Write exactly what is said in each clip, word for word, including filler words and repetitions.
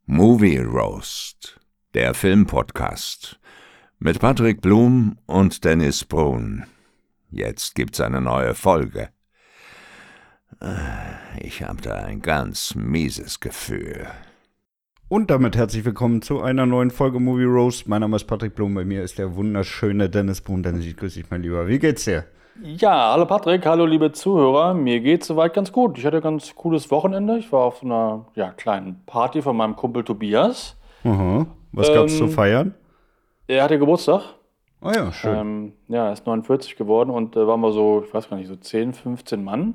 Movie Roast, der Filmpodcast mit Patrick Blum und Dennis Brun. Jetzt gibt's eine neue Folge. Ich habe da ein ganz mieses Gefühl. Und damit herzlich willkommen zu einer neuen Folge Movie Roast. Mein Name ist Patrick Blum, bei mir ist der wunderschöne Dennis Brun. Dennis, ich grüße dich, mein Lieber. Wie geht's dir? Ja, hallo Patrick, hallo liebe Zuhörer. Mir geht's soweit ganz gut. Ich hatte ein ganz cooles Wochenende. Ich war auf so einer ja, kleinen Party von meinem Kumpel Tobias. Aha. Was ähm, gab's zu feiern? Er hatte Geburtstag. Oh ja, schön. Ähm, ja, er ist neunundvierzig geworden und da äh, waren wir so, ich weiß gar nicht, so zehn, fünfzehn Mann.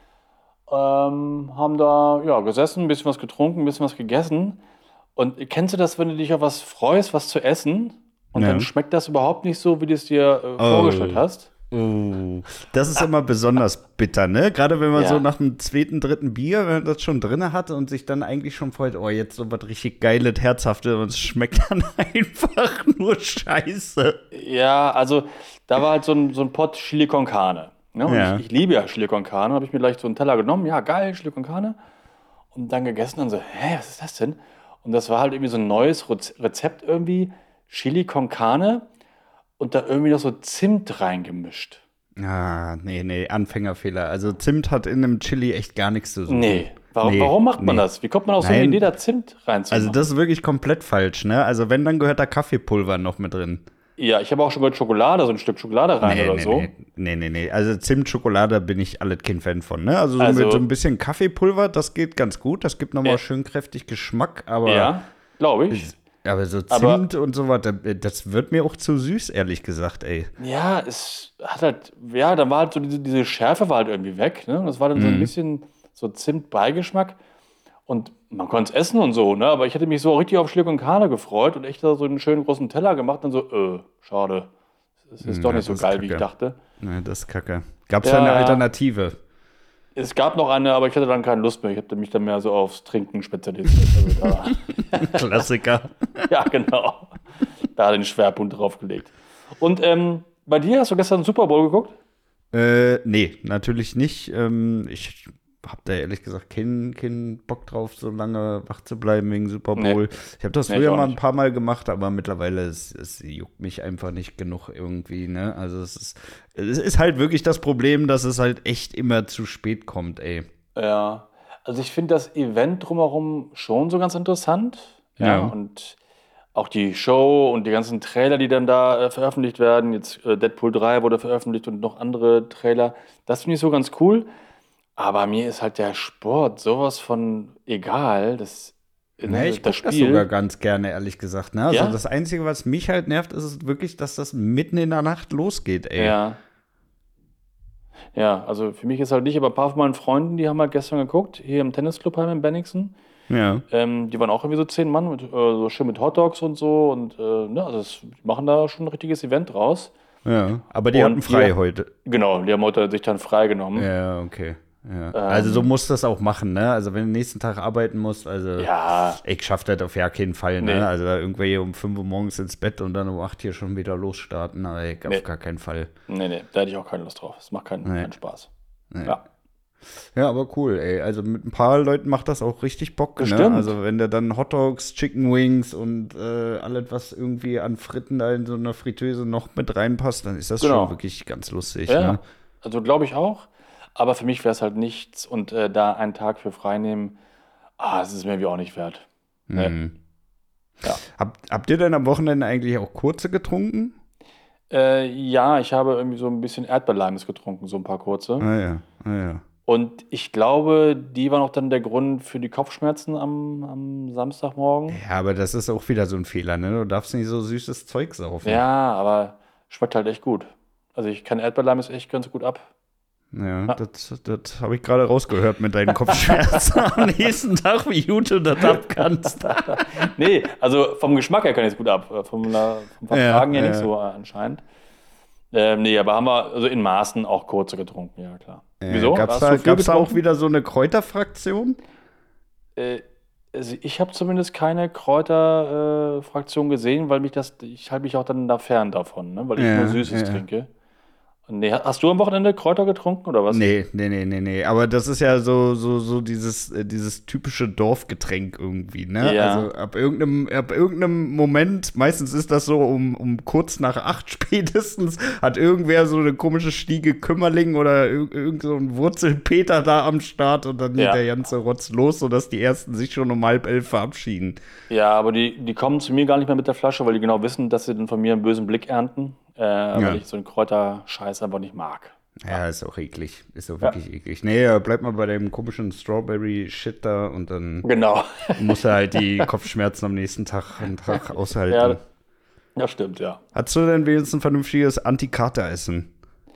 Ähm, haben da ja, gesessen, ein bisschen was getrunken, ein bisschen was gegessen. Und kennst du das, wenn du dich auf was freust, was zu essen und ja. dann schmeckt das überhaupt nicht so, wie du es dir äh, oh. vorgestellt hast? Oh, das ist immer besonders bitter, ne? Gerade wenn man Ja. so nach dem zweiten, dritten Bier, wenn man das schon drin hatte und sich dann eigentlich schon freut, oh, jetzt so was richtig Geiles, Herzhaftes und es schmeckt dann einfach nur scheiße. Ja, also da war halt so ein, so ein Pot Chili con Carne. Ne? Und Ja. ich, ich liebe ja Chili con Carne, habe ich mir gleich so einen Teller genommen, ja geil, Chili con Carne. Und dann gegessen und so, hä, was ist das denn? Und das war halt irgendwie so ein neues Rezept irgendwie, Chili con Carne. Und da irgendwie noch so Zimt reingemischt. Ah, nee, nee, Anfängerfehler. Also Zimt hat in einem Chili echt gar nichts zu suchen. Nee, warum, nee, warum macht man nee. das? Wie kommt man auf so eine Nein. Idee, da Zimt reinzumachen? Also das ist wirklich komplett falsch, ne? Also wenn, dann gehört da Kaffeepulver noch mit drin. Ja, ich habe auch schon gehört Schokolade, so ein Stück Schokolade rein nee, oder nee, so. Nee, nee, nee, nee. Also Zimt, Schokolade bin ich alles kein Fan von, ne? Also, so Also- mit so ein bisschen Kaffeepulver, das geht ganz gut. Das gibt nochmal Ja. schön kräftig Geschmack, aber, Ja, glaube ich. aber so Aber- Zimt und so was, das wird mir auch zu süß, ehrlich gesagt, ey. Ja, es hat halt, ja, dann war halt so diese, diese Schärfe war halt irgendwie weg, ne? Und das war dann so ein bisschen so Zimt-Beigeschmack. Und man konnte es essen und so, ne? Aber ich hätte mich so richtig auf Chili con Carne gefreut und echt da so einen schönen großen Teller gemacht und so, äh, schade. Es ist doch Ja, nicht so das ist geil, wie ich kacke. dachte. Ne, das ist kacke. Gab's Ja, da eine ja. Alternative? Es gab noch eine, aber ich hatte dann keine Lust mehr. Ich hatte mich dann mehr so aufs Trinken spezialisiert. Also da, Klassiker. ja, genau. Da den Schwerpunkt drauf gelegt. Und ähm, bei dir hast du gestern Super Bowl geguckt? Äh, nee, natürlich nicht. Ähm, ich hab da ehrlich gesagt keinen keinen Bock drauf, so lange wach zu bleiben wegen Super Bowl. Nee. Ich habe das Nee, früher ich auch mal ein nicht. paar Mal gemacht, aber mittlerweile es, es juckt mich einfach nicht genug irgendwie, ne? Also es ist, es ist halt wirklich das Problem, dass es halt echt immer zu spät kommt, ey. Ja. Also ich finde das Event drumherum schon so ganz interessant. Ja. Ja. Und auch die Show und die ganzen Trailer, die dann da äh, veröffentlicht werden. Jetzt äh, Deadpool drei wurde veröffentlicht und noch andere Trailer. Das finde ich so ganz cool. Aber mir ist halt der Sport sowas von egal. Das, Ne, ne, ich das guck das Spiel. sogar ganz gerne, ehrlich gesagt. Ne? Also Ja? das Einzige, was mich halt nervt, ist es wirklich, dass das mitten in der Nacht losgeht, ey. Ja. Ja, also für mich ist halt nicht, aber ein paar von meinen Freunden, die haben halt gestern geguckt, hier im Tennisclub heim in Bennigsen. Ja. Ähm, die waren auch irgendwie so zehn Mann, mit, äh, so schön mit Hotdogs und so. Und äh, ne, also das, die machen da schon ein richtiges Event draus. Ja. Aber die Und hatten frei die- heute. Genau, die haben heute sich dann freigenommen. Ja, okay. Ja. Also so musst du das auch machen, ne? Also wenn du nächsten Tag arbeiten musst, also Ja, ich schaff das auf ja keinen Fall, ne? Nee. Also da irgendwelche um fünf Uhr morgens ins Bett und dann um acht hier schon wieder losstarten, aber ich, auf Nee. gar keinen Fall. nee, nee, da hätte ich auch keine Lust drauf. Das macht keinen, Nee. keinen Spaß. Nee. Ja. Ja, aber cool, ey. Also mit ein paar Leuten macht das auch richtig Bock, ne? Bestimmt. Also wenn du dann Hotdogs, Chicken Wings und äh, alles, was irgendwie an Fritten da in so einer Fritteuse noch mit reinpasst, dann ist das Genau. schon wirklich ganz lustig, Ja, ne? also glaube ich auch. Aber für mich wäre es halt nichts und äh, da einen Tag für frei nehmen, ah, das ist mir irgendwie auch nicht wert. Nee. Mhm. Ja. Hab, habt ihr denn am Wochenende eigentlich auch kurze getrunken? Äh, ja, ich habe irgendwie so ein bisschen Erdbeerlimes getrunken, so ein paar kurze. Ah ja, ah ja. Und ich glaube, die waren auch dann der Grund für die Kopfschmerzen am, am Samstagmorgen. Ja, aber das ist auch wieder so ein Fehler, ne? Du darfst nicht so süßes Zeug saufen. Ja, aber schmeckt halt echt gut. Also ich kann Erdbeerlimes echt ganz gut ab. Ja, Ja. das, das habe ich gerade rausgehört mit deinen Kopfschmerzen am nächsten Tag, wie gut du das ab kannst. Nee, also vom Geschmack her kann ich es gut ab. Vom, äh, vom Vertragen Ja, her ja. nicht so äh, anscheinend. Ähm, nee, aber haben wir also in Maßen auch kurze getrunken, ja klar. Wieso? Äh, gab's Hast da, du viel gab's da auch getrunken? wieder so eine Kräuterfraktion? Äh, also ich habe zumindest keine Kräuterfraktion gesehen, weil mich das, ich halte mich auch dann da fern davon, ne? Weil ich Ja, nur Süßes ja. trinke. Nee, hast du am Wochenende Kräuter getrunken oder was? Nee, nee, nee, nee, nee. Aber das ist ja so, so, so dieses, äh, dieses typische Dorfgetränk irgendwie, ne? Ja. Also ab irgendeinem, ab irgendeinem Moment, meistens ist das so um, um kurz nach acht spätestens, hat irgendwer so eine komische Stiege Kümmerling oder ir irgend so ein Wurzelpeter da am Start und dann Ja. geht der ganze Rotz los, sodass die ersten sich schon um halb elf verabschieden. Ja, aber die, die kommen zu mir gar nicht mehr mit der Flasche, weil die genau wissen, dass sie dann von mir einen bösen Blick ernten, äh, weil ich so einen Kräuterscheiß einfach nicht mag. Ja, ist auch eklig. Ist auch wirklich eklig. Nee, ja, bleib mal bei dem komischen Strawberry-Shit da und dann Genau. musst du halt die Kopfschmerzen am nächsten Tag, einen Tag aushalten. Ja, das stimmt, ja. Hast du denn wenigstens ein vernünftiges Antikater-Essen?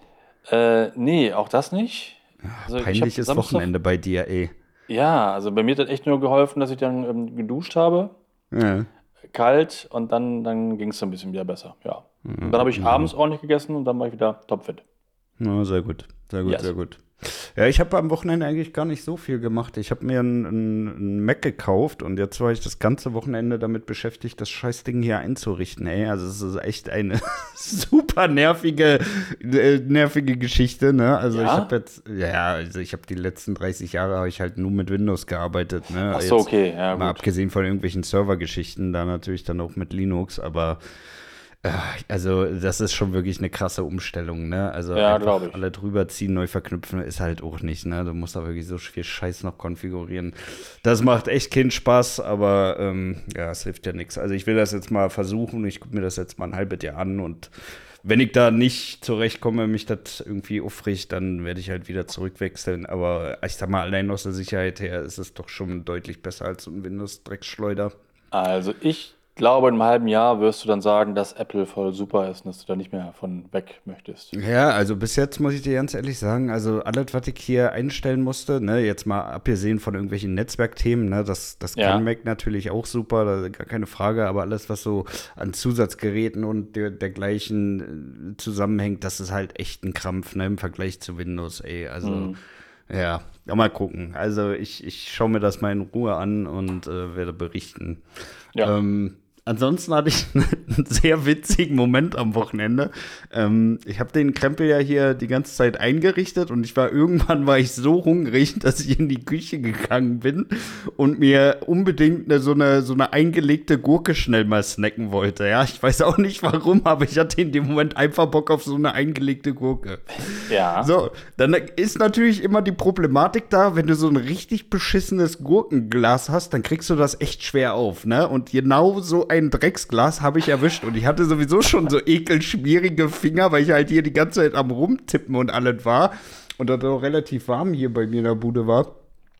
Äh, nee, auch das nicht. Also ich hab Peinliches Samstag- Wochenende bei dir, ey. Ja, also bei mir hat das echt nur geholfen, dass ich dann ähm, geduscht habe, Ja. kalt, und dann, dann ging es so ein bisschen wieder besser, ja. Mhm. Und dann habe ich abends ordentlich gegessen und dann war ich wieder topfit. Ja, sehr gut, sehr gut, Yes. sehr gut. Ja, ich habe am Wochenende eigentlich gar nicht so viel gemacht. Ich habe mir einen, einen Mac gekauft und jetzt war ich das ganze Wochenende damit beschäftigt, das Scheißding hier einzurichten, ey. Also es ist echt eine super nervige, äh, nervige Geschichte, ne? Also Ja? ich habe jetzt, ja, also ich habe die letzten dreißig Jahre habe ich halt nur mit Windows gearbeitet, ne? Ach so, Jetzt okay, ja, mal gut. abgesehen von irgendwelchen Servergeschichten, da natürlich dann auch mit Linux, aber äh, also das ist schon wirklich eine krasse Umstellung, ne? Also Ja, einfach glaub ich. alle drüber ziehen, neu verknüpfen ist halt auch nicht, ne? Du musst da wirklich so viel Scheiß noch konfigurieren. Das macht echt keinen Spaß, aber ähm, ja, es hilft ja nichts. Also ich will das jetzt mal versuchen, ich gucke mir das jetzt mal ein halbes Jahr an und wenn ich da nicht zurechtkomme, mich das irgendwie aufregt, dann werde ich halt wieder zurückwechseln. Aber ich sag mal, allein aus der Sicherheit her ist es doch schon deutlich besser als so ein Windows-Drecksschleuder. Also ich glaube, in einem halben Jahr wirst du dann sagen, dass Apple voll super ist und dass du da nicht mehr von weg möchtest. Ja, also bis jetzt muss ich dir ganz ehrlich sagen, also alles, was ich hier einstellen musste, ne, jetzt mal abgesehen von irgendwelchen Netzwerkthemen, ne, das, das Ja. kann Mac natürlich auch super, da, gar keine Frage, aber alles, was so an Zusatzgeräten und der, dergleichen äh, zusammenhängt, das ist halt echt ein Krampf, ne, im Vergleich zu Windows, ey, also Mhm. ja, ja, mal gucken. Also ich, ich schaue mir das mal in Ruhe an und äh, werde berichten. Ja. Ähm, ansonsten hatte ich einen sehr witzigen Moment am Wochenende. Ähm, ich habe den Krempel ja hier die ganze Zeit eingerichtet und ich war irgendwann war ich so hungrig, dass ich in die Küche gegangen bin und mir unbedingt eine, so, eine, so eine eingelegte Gurke schnell mal snacken wollte. Ja, ich weiß auch nicht warum, aber ich hatte in dem Moment einfach Bock auf so eine eingelegte Gurke. Ja. So, dann ist natürlich immer die Problematik da, wenn du so ein richtig beschissenes Gurkenglas hast, dann kriegst du das echt schwer auf, ne? Und genau so ein Drecksglas habe ich erwischt und ich hatte sowieso schon so ekelschmierige Finger, weil ich halt hier die ganze Zeit am Rumtippen und alles war und das auch relativ warm hier bei mir in der Bude war.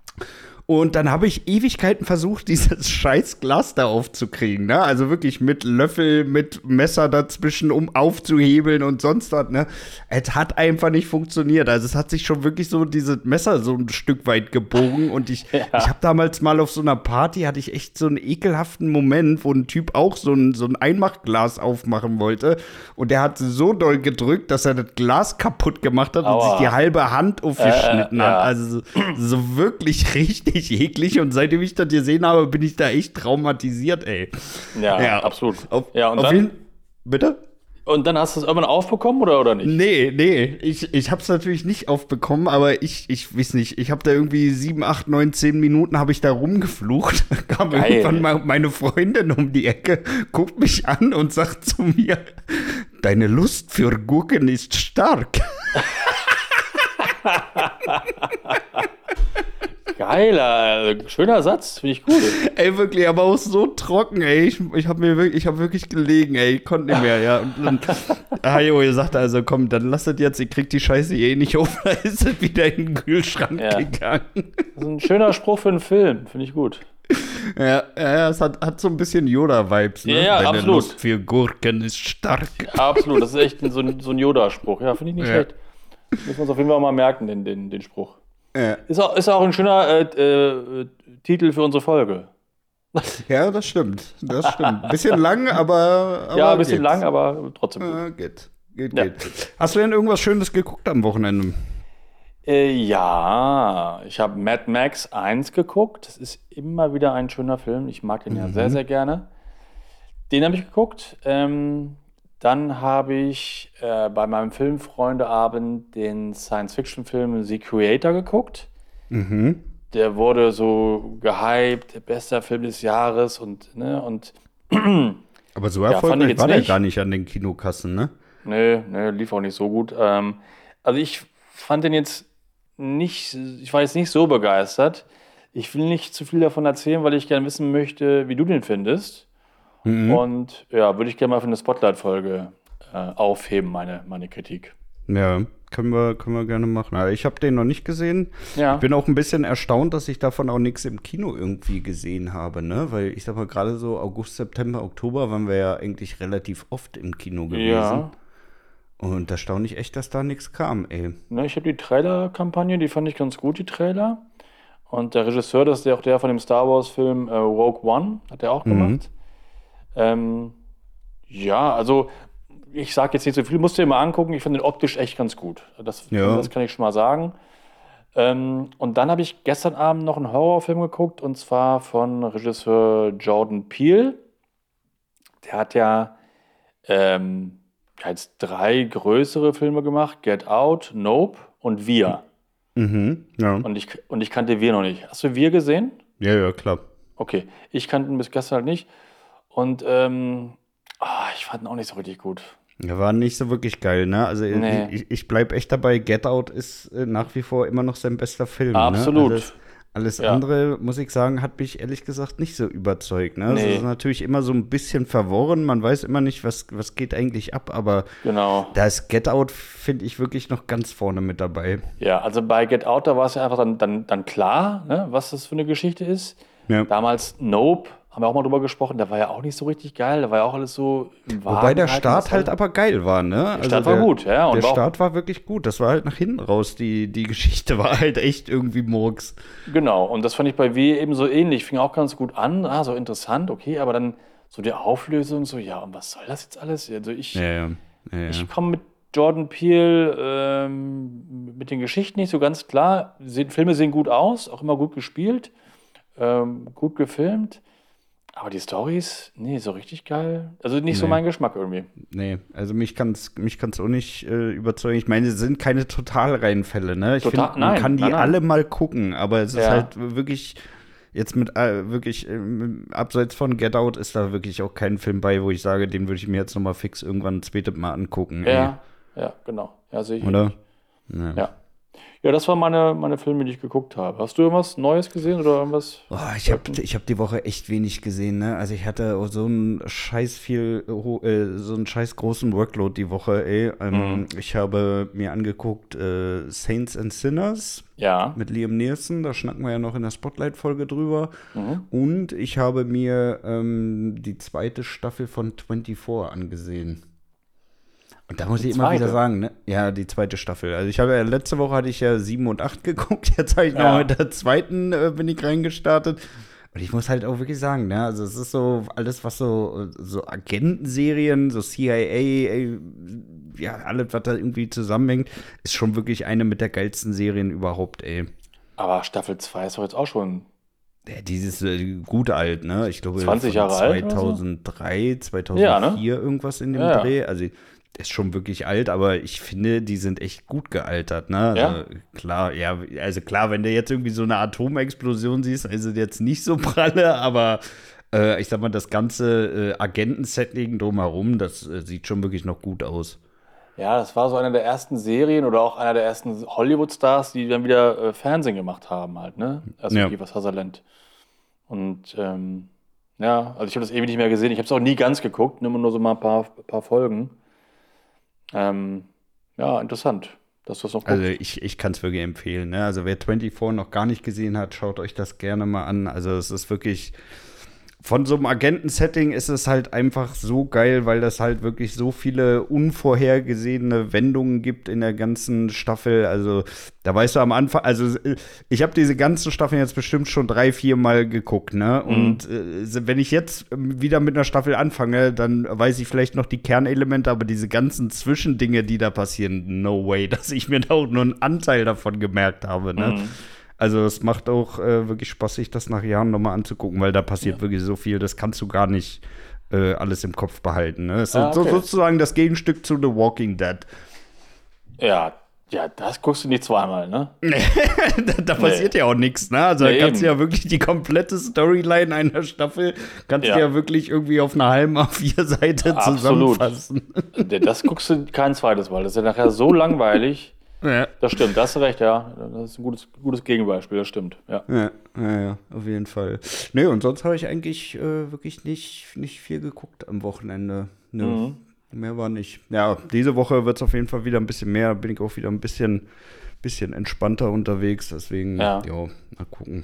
Und dann habe ich Ewigkeiten versucht, dieses scheiß Glas da aufzukriegen, ne? Also wirklich mit Löffel, mit Messer dazwischen, um aufzuhebeln und sonst was, ne? Es hat einfach nicht funktioniert. Also es hat sich schon wirklich so dieses Messer so ein Stück weit gebogen. Und ich, Ja. ich habe damals mal auf so einer Party, hatte ich echt so einen ekelhaften Moment, wo ein Typ auch so ein, so ein Einmachglas aufmachen wollte. Und der hat so doll gedrückt, dass er das Glas kaputt gemacht hat und Aua. sich die halbe Hand aufgeschnitten Äh, hat. ja. Also so, so wirklich richtig eklig. Und seitdem ich das gesehen habe, bin ich da echt traumatisiert, ey. Ja, absolut. Auf, Ja, und auf dann? jeden, bitte? Und dann hast du es irgendwann aufbekommen oder, oder nicht? Nee, nee, ich, ich hab's natürlich nicht aufbekommen, aber ich, ich weiß nicht, ich hab da irgendwie sieben, acht, neun, zehn Minuten habe ich da rumgeflucht. Kam Geil. irgendwann mal meine Freundin um die Ecke, guckt mich an und sagt zu mir, deine Lust für Gurken ist stark. Geiler, äh, schöner Satz, finde ich gut. Ey, wirklich, aber auch so trocken, ey. Ich, ich habe mir wirklich, ich hab wirklich gelegen, ey. Ich konnte nicht mehr, ja. Und dann, Hajo, ihr sagt also, komm, dann lasst das jetzt, ihr kriegt die Scheiße eh nicht auf. Da ist es wieder in den Kühlschrank Ja. gegangen. Das ist ein schöner Spruch für einen Film, finde ich gut. Ja, ja, es hat, hat so ein bisschen Yoda-Vibes, ne? Ja, ja, Deine absolut. Lust für Gurken ist stark. Absolut, das ist echt ein, so ein, so ein Yoda-Spruch. Ja, finde ich nicht Ja. schlecht. Müssen wir uns auf jeden Fall mal merken, den, den, den Spruch. Ja. Ist auch, ist auch ein schöner äh, äh, Titel für unsere Folge. Ja, das stimmt. Das stimmt. Bisschen lang, aber. aber Ja, ein bisschen geht. lang, aber trotzdem gut. Äh, geht. Geht, Ja. geht. Hast du denn irgendwas Schönes geguckt am Wochenende? Äh, ja, ich habe Mad Max eins geguckt. Das ist immer wieder ein schöner Film. Ich mag den ja Mhm. sehr, sehr gerne. Den habe ich geguckt. Ähm, Dann habe ich äh, bei meinem Filmfreundeabend den Science-Fiction-Film The Creator geguckt. Mhm. Der wurde so gehypt, bester Film des Jahres und, ne, und Aber so Ja, fand ich erfolgreich jetzt war der nicht. gar nicht an den Kinokassen, ne? nee, nee, lief auch nicht so gut. Ähm, also ich fand den jetzt nicht, ich war jetzt nicht so begeistert. Ich will nicht zu viel davon erzählen, weil ich gerne wissen möchte, wie du den findest. Mhm. Und ja, würde ich gerne mal für eine Spotlight-Folge äh, aufheben, meine, meine Kritik. Ja, können wir, können wir gerne machen. Aber ich habe den noch nicht gesehen. Ja. Ich bin auch ein bisschen erstaunt, dass ich davon auch nichts im Kino irgendwie gesehen habe, ne? Weil ich sag mal, gerade so August, September, Oktober waren wir ja eigentlich relativ oft im Kino gewesen. Ja, Und da staune ich echt, dass da nichts kam, ey. ne, ich habe die Trailer-Kampagne, die fand ich ganz gut, die Trailer. Und der Regisseur, das ist ja auch der von dem Star Wars-Film äh, Rogue One, hat er auch Mhm. gemacht. Ähm, ja, also ich sage jetzt nicht so viel, musst du dir mal angucken. Ich finde den optisch echt ganz gut. Das, Ja. das kann ich schon mal sagen. Ähm, und dann habe ich gestern Abend noch einen Horrorfilm geguckt, und zwar von Regisseur Jordan Peele. Der hat ja ähm, jetzt drei größere Filme gemacht: Get Out, Nope und Wir. Mhm. Ja. Und ich, und ich kannte Wir noch nicht. Hast du Wir gesehen? Ja, ja, klar. Okay, ich kannte ihn bis gestern halt nicht. Und ähm, ah, ich fand ihn auch nicht so richtig gut. Der war nicht so wirklich geil, ne? Also Nee. ich, ich bleib echt dabei, Get Out ist äh, nach wie vor immer noch sein bester Film. Absolut. Ne? Alles, alles Ja. andere, muss ich sagen, hat mich ehrlich gesagt nicht so überzeugt. Ne? Es Nee. ist natürlich immer so ein bisschen verworren, man weiß immer nicht, was, was geht eigentlich ab, aber Genau. da ist Get Out, finde ich, wirklich noch ganz vorne mit dabei. Ja, also bei Get Out, da war es ja einfach dann, dann, dann klar, ne, was das für eine Geschichte ist. Ja. Damals Nope, haben wir auch mal drüber gesprochen, der war ja auch nicht so richtig geil, da war ja auch alles so im Wagen. Wobei der gehalten, Start das halt alles- aber geil war, ne? Der Start war gut, ja, und der war auch- Start war wirklich gut. Das war halt nach hinten raus. Die, die Geschichte war halt echt irgendwie Murks. Genau, und das fand ich bei W eben so ähnlich. Fing auch ganz gut an, ah, so interessant, okay, aber dann so die Auflösung, so, ja, und was soll das jetzt alles? Also ich, Ja, ja. ja, ja. ich komme mit Jordan Peele ähm, mit den Geschichten nicht so ganz klar. Die Filme sehen gut aus, auch immer gut gespielt, ähm, gut gefilmt. Aber die Storys, nee, so richtig geil. Also nicht so Nee. mein Geschmack irgendwie. Nee, also mich kann's mich kann's auch nicht äh, überzeugen. Ich meine, es sind keine Totalreihenfälle, ne? Ich Total- finde, man nein, kann die nein, nein. alle mal gucken, aber es ist Ja. halt wirklich jetzt mit äh, wirklich ähm, abseits von Get Out ist da wirklich auch kein Film bei, wo ich sage, den würde ich mir jetzt noch mal fix irgendwann ein zweites Mal angucken. Ja, ja, genau. Ja, sehe ich. Ey. Oder? ähnlich. Ja. Ja, das waren meine, meine Filme, die ich geguckt habe. Hast du irgendwas Neues gesehen oder irgendwas? Oh, ich habe ich hab die Woche echt wenig gesehen, ne? Also ich hatte auch so einen scheiß viel, ho- äh, so einen scheiß großen Workload die Woche, ey. Ähm, Mhm. Ich habe mir angeguckt äh, Saints and Sinners Ja. mit Liam Neeson, da schnacken wir ja noch in der Spotlight-Folge drüber. Mhm. Und ich habe mir ähm, die zweite Staffel von vierundzwanzig angesehen. Und da muss Die ich immer wieder zweite? sagen, ne? Ja, die zweite Staffel. Also ich habe ja, letzte Woche hatte ich ja sieben und acht geguckt, jetzt habe ich noch Ja. mit der zweiten äh, bin ich reingestartet. Und ich muss halt auch wirklich sagen, ne, also es ist so alles, was so, so Agentenserien, so C I A, ey, ja, alles, was da irgendwie zusammenhängt, ist schon wirklich eine mit der geilsten Serien überhaupt, ey. Aber Staffel zwei ist doch jetzt auch schon. Ja, dieses äh, gut alt, ne? Ich glaube, zwanzig von Jahre alt oder so? zweitausenddrei, zweitausendvier, Ja, ne? irgendwas in dem Ja, ja. Dreh. Also, ist schon wirklich alt, aber ich finde, die sind echt gut gealtert, ne? Also, Ja? klar, ja, also klar, wenn du jetzt irgendwie so eine Atomexplosion siehst, ist es jetzt nicht so pralle, aber äh, ich sag mal, das ganze äh, Agentensetting drumherum, das äh, sieht schon wirklich noch gut aus. Ja, das war so eine der ersten Serien oder auch einer der ersten Hollywood-Stars, die dann wieder äh, Fernsehen gemacht haben halt, ne? Also Ja. Kiefer Sutherland. Und ähm, ja, also ich habe das ewig nicht mehr gesehen. Ich habe es auch nie ganz geguckt, immer nur so mal ein paar, paar Folgen. Ähm, ja, interessant, dass du das noch guckst. Also ich, ich kann es wirklich empfehlen. Ne? Also wer vierundzwanzig noch gar nicht gesehen hat, schaut euch das gerne mal an. Also es ist wirklich, von so einem Agentensetting ist es halt einfach so geil, weil das halt wirklich so viele unvorhergesehene Wendungen gibt in der ganzen Staffel. Also da weißt du am Anfang, also ich habe diese ganzen Staffeln jetzt bestimmt schon drei, vier Mal geguckt, ne? Mhm. Und äh, wenn ich jetzt wieder mit einer Staffel anfange, dann weiß ich vielleicht noch die Kernelemente, aber diese ganzen Zwischendinge, die da passieren, no way, dass ich mir da auch nur einen Anteil davon gemerkt habe, ne? Mhm. Also es macht auch äh, wirklich Spaß, sich das nach Jahren nochmal anzugucken, weil da passiert Ja. wirklich so viel, das kannst du gar nicht äh, alles im Kopf behalten. Ne? Das ist Ah, so, okay. sozusagen das Gegenstück zu The Walking Dead. Ja, ja, das guckst du nicht zweimal, ne? da da passiert ja auch nichts, ne? Also Nee, da kannst du eben. ja wirklich die komplette Storyline einer Staffel, kannst Ja. du ja wirklich irgendwie auf einer halben A vier Seite Absolut. zusammenfassen. Das guckst du kein zweites Mal. Das ist ja nachher so langweilig. ja. Das stimmt, da hast du recht, ja. Das ist ein gutes, gutes Gegenbeispiel, das stimmt. Ja. Ja, ja, ja, auf jeden Fall. Nee, und sonst habe ich eigentlich äh, wirklich nicht, nicht viel geguckt am Wochenende. Nö, Mhm. mehr war nicht. Ja, diese Woche wird es auf jeden Fall wieder ein bisschen mehr. Bin ich auch wieder ein bisschen, bisschen entspannter unterwegs. Deswegen, Ja. ja, mal gucken.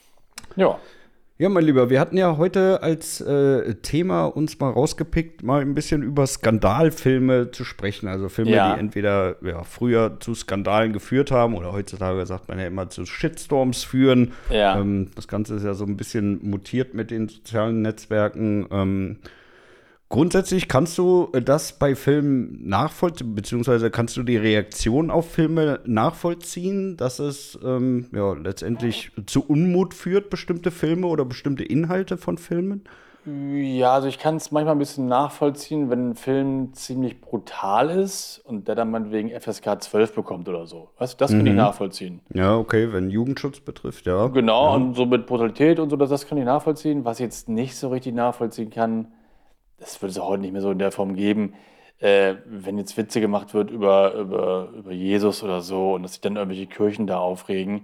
Ja. Ja, mein Lieber, wir hatten ja heute als äh, Thema uns mal rausgepickt, mal ein bisschen über Skandalfilme zu sprechen. Also Filme, Ja. die entweder ja, früher zu Skandalen geführt haben oder heutzutage sagt man ja immer zu Shitstorms führen. Ja. Ähm, das Ganze ist ja so ein bisschen mutiert mit den sozialen Netzwerken. Ähm, Grundsätzlich kannst du das bei Filmen nachvollziehen, beziehungsweise kannst du die Reaktion auf Filme nachvollziehen, dass es ähm, ja, letztendlich zu Unmut führt, bestimmte Filme oder bestimmte Inhalte von Filmen? Ja, also ich kann es manchmal ein bisschen nachvollziehen, wenn ein Film ziemlich brutal ist und der dann meinetwegen F S K zwölf bekommt oder so. Weißt du, das kann ich nachvollziehen. Ja, okay, wenn Jugendschutz betrifft, ja. Genau, und so mit Brutalität und so, das, das kann ich nachvollziehen. Was ich jetzt nicht so richtig nachvollziehen kann, das würde es auch heute nicht mehr so in der Form geben, äh, wenn jetzt Witze gemacht wird über, über, über Jesus oder so und dass sich dann irgendwelche Kirchen da aufregen,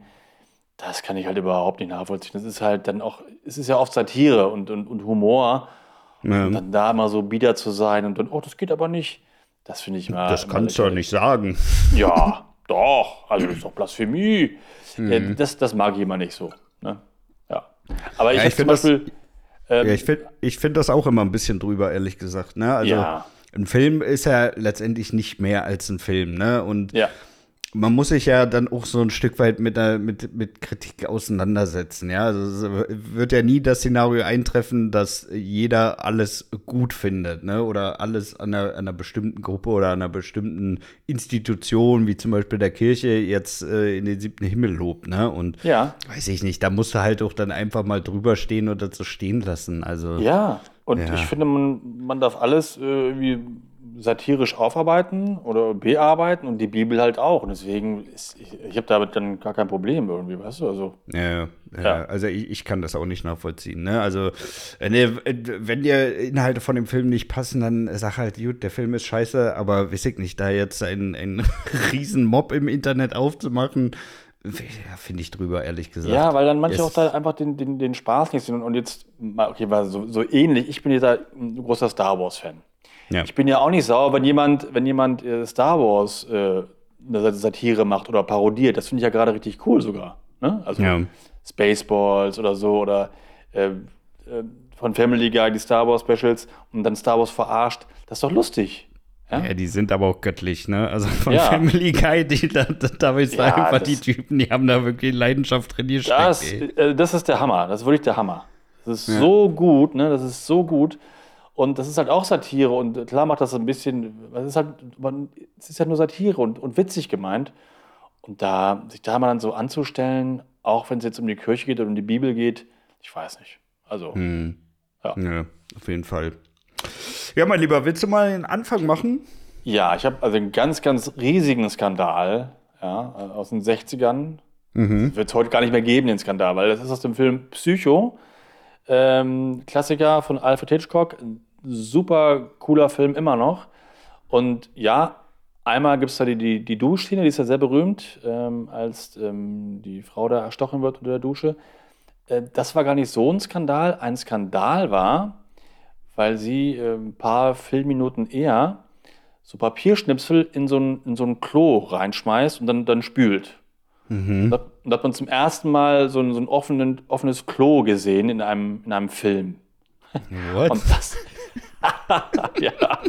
das kann ich halt überhaupt nicht nachvollziehen. Das ist halt dann auch, es ist ja oft Satire und, und, und Humor. Ja. Und dann da mal so bieder zu sein und dann, oh, das geht aber nicht, das finde ich mal. Das immer kannst du ja lächerlich. nicht sagen. Ja, doch, also das ist doch Blasphemie. Mhm. Äh, das, das mag ich immer nicht so. Ne? Ja. Aber ich, Ja, hab ich zum find das- Beispiel. Ähm, Ja, ich finde ich find das auch immer ein bisschen drüber, ehrlich gesagt. Ne? Also Ja. ein Film ist ja letztendlich nicht mehr als ein Film, ne? Und ja. man muss sich ja dann auch so ein Stück weit mit, der, mit, mit Kritik auseinandersetzen, ja. Also es wird ja nie das Szenario eintreffen, dass jeder alles gut findet, ne? Oder alles an einer, einer bestimmten Gruppe oder einer bestimmten Institution, wie zum Beispiel der Kirche, jetzt äh, in den siebten Himmel lobt, ne? Und Ja. weiß ich nicht, da musst du halt auch dann einfach mal drüber stehen oder so stehen lassen. Also Ja, und Ja. ich finde, man, man darf alles äh, irgendwie satirisch aufarbeiten oder bearbeiten und die Bibel halt auch. Und deswegen, ist, ich, ich habe damit dann gar kein Problem irgendwie, weißt du? Also, Ja, ja. Ja. Also ich, ich kann das auch nicht nachvollziehen. Ne? Also wenn dir, wenn dir Inhalte von dem Film nicht passen, dann sag halt, gut, der Film ist scheiße, aber weiß ich nicht, da jetzt einen, einen riesen Mob im Internet aufzumachen, ja, finde ich drüber, ehrlich gesagt. ja, weil dann manche Yes. auch da einfach den, den, den Spaß nicht sehen. Und, und jetzt, mal, okay, war so, so ähnlich. Ich bin jetzt ein großer Star Wars-Fan. Ja. Ich bin ja auch nicht sauer, wenn jemand, wenn jemand äh, Star Wars äh, eine Satire macht oder parodiert. Das finde ich ja gerade richtig cool sogar. Ne? Also Ja. Spaceballs oder so oder äh, äh, von Family Guy die Star Wars Specials und dann Star Wars verarscht. Das ist doch lustig. Ja? Ja, die sind aber auch göttlich, ne? Also von Ja. Family Guy, die, da, da, da ist Ja, einfach das- die Typen, die haben da wirklich Leidenschaft drin gesteckt. Das, ey. äh, das ist der Hammer. Das ist wirklich der Hammer. Das ist so gut, ne? Das ist so gut. Und das ist halt auch Satire und klar macht das ein bisschen, es ist halt, man, es ist ja nur Satire und, und witzig gemeint. Und da, sich da mal dann so anzustellen, auch wenn es jetzt um die Kirche geht oder um die Bibel geht, ich weiß nicht. Also, Hm. Ja. Ja, auf jeden Fall. Ja, mein Lieber, willst du mal den Anfang machen? ja, ich habe also einen ganz, ganz riesigen Skandal, ja, aus den sechzigern. Wird es heute gar nicht mehr geben, den Skandal, weil das ist aus dem Film Psycho. Ähm, Klassiker von Alfred Hitchcock. Ein super cooler Film immer noch. Und ja, einmal gibt es da die, die, die Duschszene, die ist ja sehr berühmt, ähm, als ähm, die Frau da erstochen wird unter der Dusche. Äh, das war gar nicht so ein Skandal. Ein Skandal war, weil sie äh, ein paar Filmminuten eher so Papierschnipsel in so ein, in so ein Klo reinschmeißt und dann, dann spült. Und da, und da hat man zum ersten Mal so ein, so ein offenen, offenes Klo gesehen in einem, in einem Film. What? Und das, ja.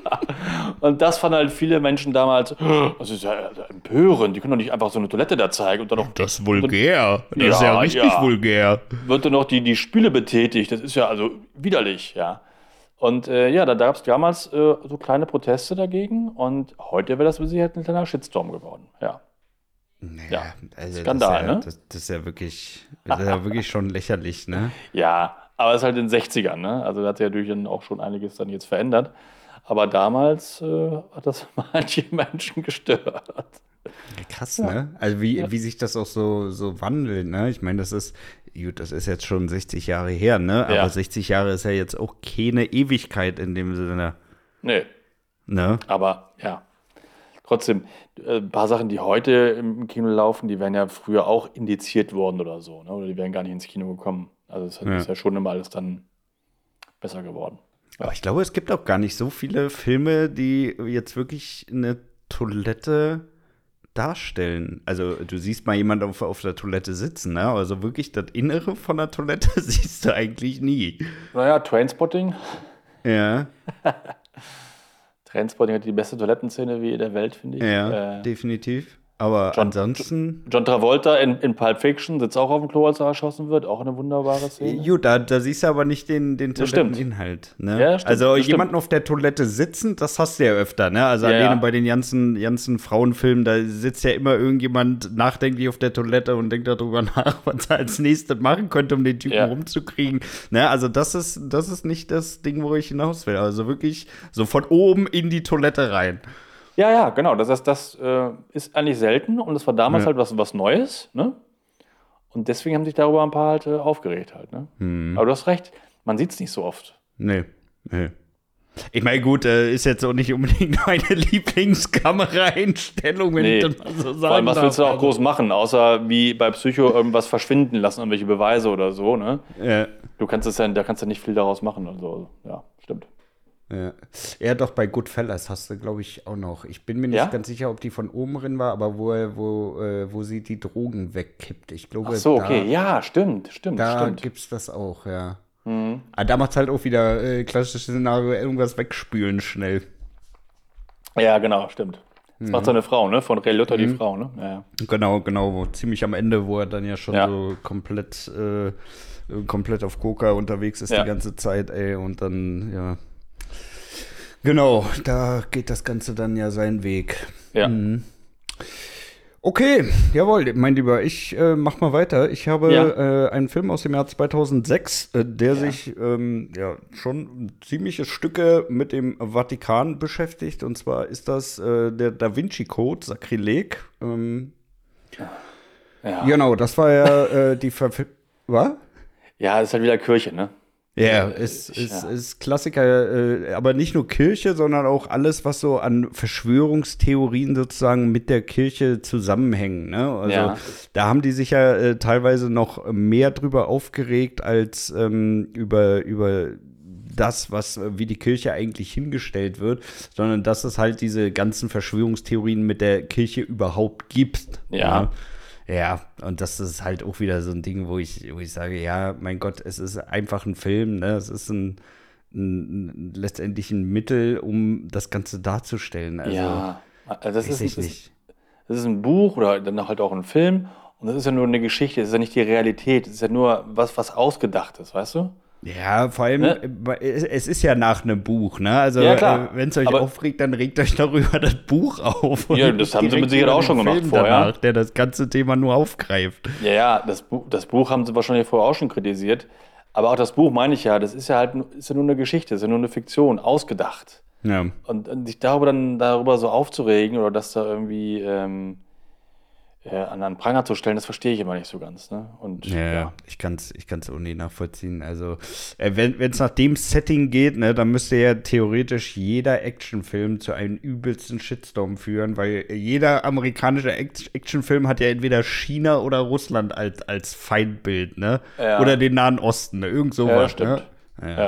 Und das fanden halt viele Menschen damals, das ist ja empörend, die können doch nicht einfach so eine Toilette da zeigen und dann noch, Das ist vulgär. Das ist Ja, ja richtig ja. vulgär. wird dann noch die, die Spüle betätigt. Das ist ja also widerlich, ja. Und äh, ja, da gab es damals äh, so kleine Proteste dagegen und heute wäre das mit Sicherheit ein kleiner Shitstorm geworden, ja. Naja, Ja, also Skandal, das ist ja, ne? Das, das ist ja wirklich, das ist ja wirklich schon lächerlich, ne? Ja, Aber es ist halt in den sechzigern, ne? Also da hat sich natürlich dann auch schon einiges dann jetzt verändert. Aber damals äh, hat das manche Menschen gestört. Krass, ne? Also wie, Ja. wie sich das auch so, so wandelt, ne? Ich meine, das ist, gut, das ist jetzt schon sechzig Jahre her, ne? Aber Ja. sechzig Jahre ist ja jetzt auch keine Ewigkeit in dem Sinne, Nee, ne? aber ja. Trotzdem, äh, ein paar Sachen, die heute im Kino laufen, die wären ja früher auch indiziert worden oder so, ne? Oder die wären gar nicht ins Kino gekommen. Also es Ja. ist ja schon immer alles dann besser geworden. Aber ich glaube, es gibt auch gar nicht so viele Filme, die jetzt wirklich eine Toilette darstellen. Also du siehst mal jemanden auf, auf der Toilette sitzen, ne? Aber so wirklich das Innere von der Toilette siehst du eigentlich nie. Naja, Trainspotting. Ja, Trainspotting hat die beste Toilettenszene wie der Welt, finde ich. ja, Äh, definitiv. Aber John- ansonsten, John Travolta in, in Pulp Fiction sitzt auch auf dem Klo, als er erschossen wird. Auch eine wunderbare Szene. gut, da, da siehst du aber nicht den, den Das stimmt. Toiletteninhalt. Ne? Ja, stimmt, also das stimmt. jemanden auf der Toilette sitzen, das hast du ja öfter, ne? Also Ja, alleine ja. bei den ganzen, ganzen Frauenfilmen, da sitzt ja immer irgendjemand nachdenklich auf der Toilette und denkt darüber nach, was er als nächstes machen könnte, um den Typen Ja. rumzukriegen. Ne? Also das ist, das ist nicht das Ding, wo ich hinaus will. Also wirklich so von oben in die Toilette rein. Ja, ja, genau. Das, heißt, das äh, ist eigentlich selten und das war damals Ja. halt was, was Neues, ne? Und deswegen haben sich darüber ein paar halt äh, aufgeregt halt, ne? Hm. Aber du hast recht, man sieht es nicht so oft. Nee, nee. Ich meine, gut, äh, ist jetzt auch nicht unbedingt meine Lieblingskameraeinstellung, wenn Nee. ich das mal so sagen Vor allem, was darf. willst du da auch Also, groß machen, außer wie bei Psycho irgendwas verschwinden lassen, irgendwelche Beweise oder so, ne? Ja, Du kannst es ja, da kannst du nicht viel daraus machen und so. Ja, stimmt. ja. Ja, doch, bei Goodfellas hast du, glaube ich, auch noch. Ich bin mir nicht Ja? ganz sicher, ob die von oben drin war, aber wo, er- wo, äh, wo sie die Drogen wegkippt. Ich glaube, Ach so, da, okay, ja, stimmt, stimmt, da stimmt. gibt's das auch, ja. Mhm. Aber da macht's halt auch wieder äh, klassisches Szenario, irgendwas wegspülen schnell. Ja, genau, stimmt. Das Mhm. macht seine Frau, ne? Von Ray Liotta, die Frau, ne? Ja, ja. Genau, genau, wo, ziemlich am Ende, wo er dann ja schon Ja. so komplett, äh, komplett auf Coca unterwegs ist Ja. die ganze Zeit, ey, und dann, ja. Genau, da geht das Ganze dann ja seinen Weg. Ja. Mhm. Okay, jawohl, mein Lieber, ich äh, mach mal weiter. Ich habe Ja. äh, einen Film aus dem Jahr zweitausendsechs, äh, der Ja. sich ähm, ja schon ziemliche Stücke mit dem Vatikan beschäftigt. Und zwar ist das äh, der Da Vinci Code, Sakrileg. Ähm, Ja. Genau, das war ja äh, die Verfilmung. Was? Ja, ist halt wieder Kirche, ne? Ja, Äh, ist, ich- ist, ja. ist Klassiker, äh, aber nicht nur Kirche, sondern auch alles, was so an Verschwörungstheorien sozusagen mit der Kirche zusammenhängen. Ne? Also Ja. da haben die sich ja äh, teilweise noch mehr drüber aufgeregt als ähm, über, über das, was, äh, wie die Kirche eigentlich hingestellt wird, sondern dass es halt diese ganzen Verschwörungstheorien mit der Kirche überhaupt gibt. Ja. Ja, und das ist halt auch wieder so ein Ding, wo ich, wo ich sage, ja, mein Gott, es ist einfach ein Film, ne? Es ist ein, ein letztendlich ein Mittel, um das Ganze darzustellen. Also, ja. Also das weiß ist, ich ist, nicht. das ist ein Buch oder dann halt auch ein Film und das ist ja nur eine Geschichte, das ist ja nicht die Realität, das ist ja nur was, was ausgedacht ist, weißt du? Ja, vor allem, Ne? äh, es es ist ja nach einem Buch, ne? Also, Ja, klar. äh, wenn es euch Aber- aufregt, dann regt euch darüber das Buch auf. und Ja, das nicht haben sie direkt mit Sicherheit über auch den schon gemacht Film vorher. danach, der das ganze Thema nur aufgreift. Ja, ja, das, Bu das Buch haben sie wahrscheinlich vorher auch schon kritisiert, aber auch das Buch meine ich ja, das ist ja halt nur- ist ja nur eine Geschichte, ist ja nur eine Fiktion, ausgedacht. Ja. Und, und sich darüber dann darüber so aufzuregen oder das da irgendwie ähm, äh, an einen Pranger zu stellen, das verstehe ich immer nicht so ganz. Ne? Und Ja, ja. ich kann es ich kann's auch nicht nachvollziehen. Also, äh, wenn es nach dem Setting geht, ne, dann müsste ja theoretisch jeder Actionfilm zu einem übelsten Shitstorm führen, weil jeder amerikanische Act- Actionfilm hat ja entweder China oder Russland als, als Feindbild, ne? Ja. Oder den Nahen Osten, ne? Irgend sowas, Ja, stimmt. ne? Ja. Ja.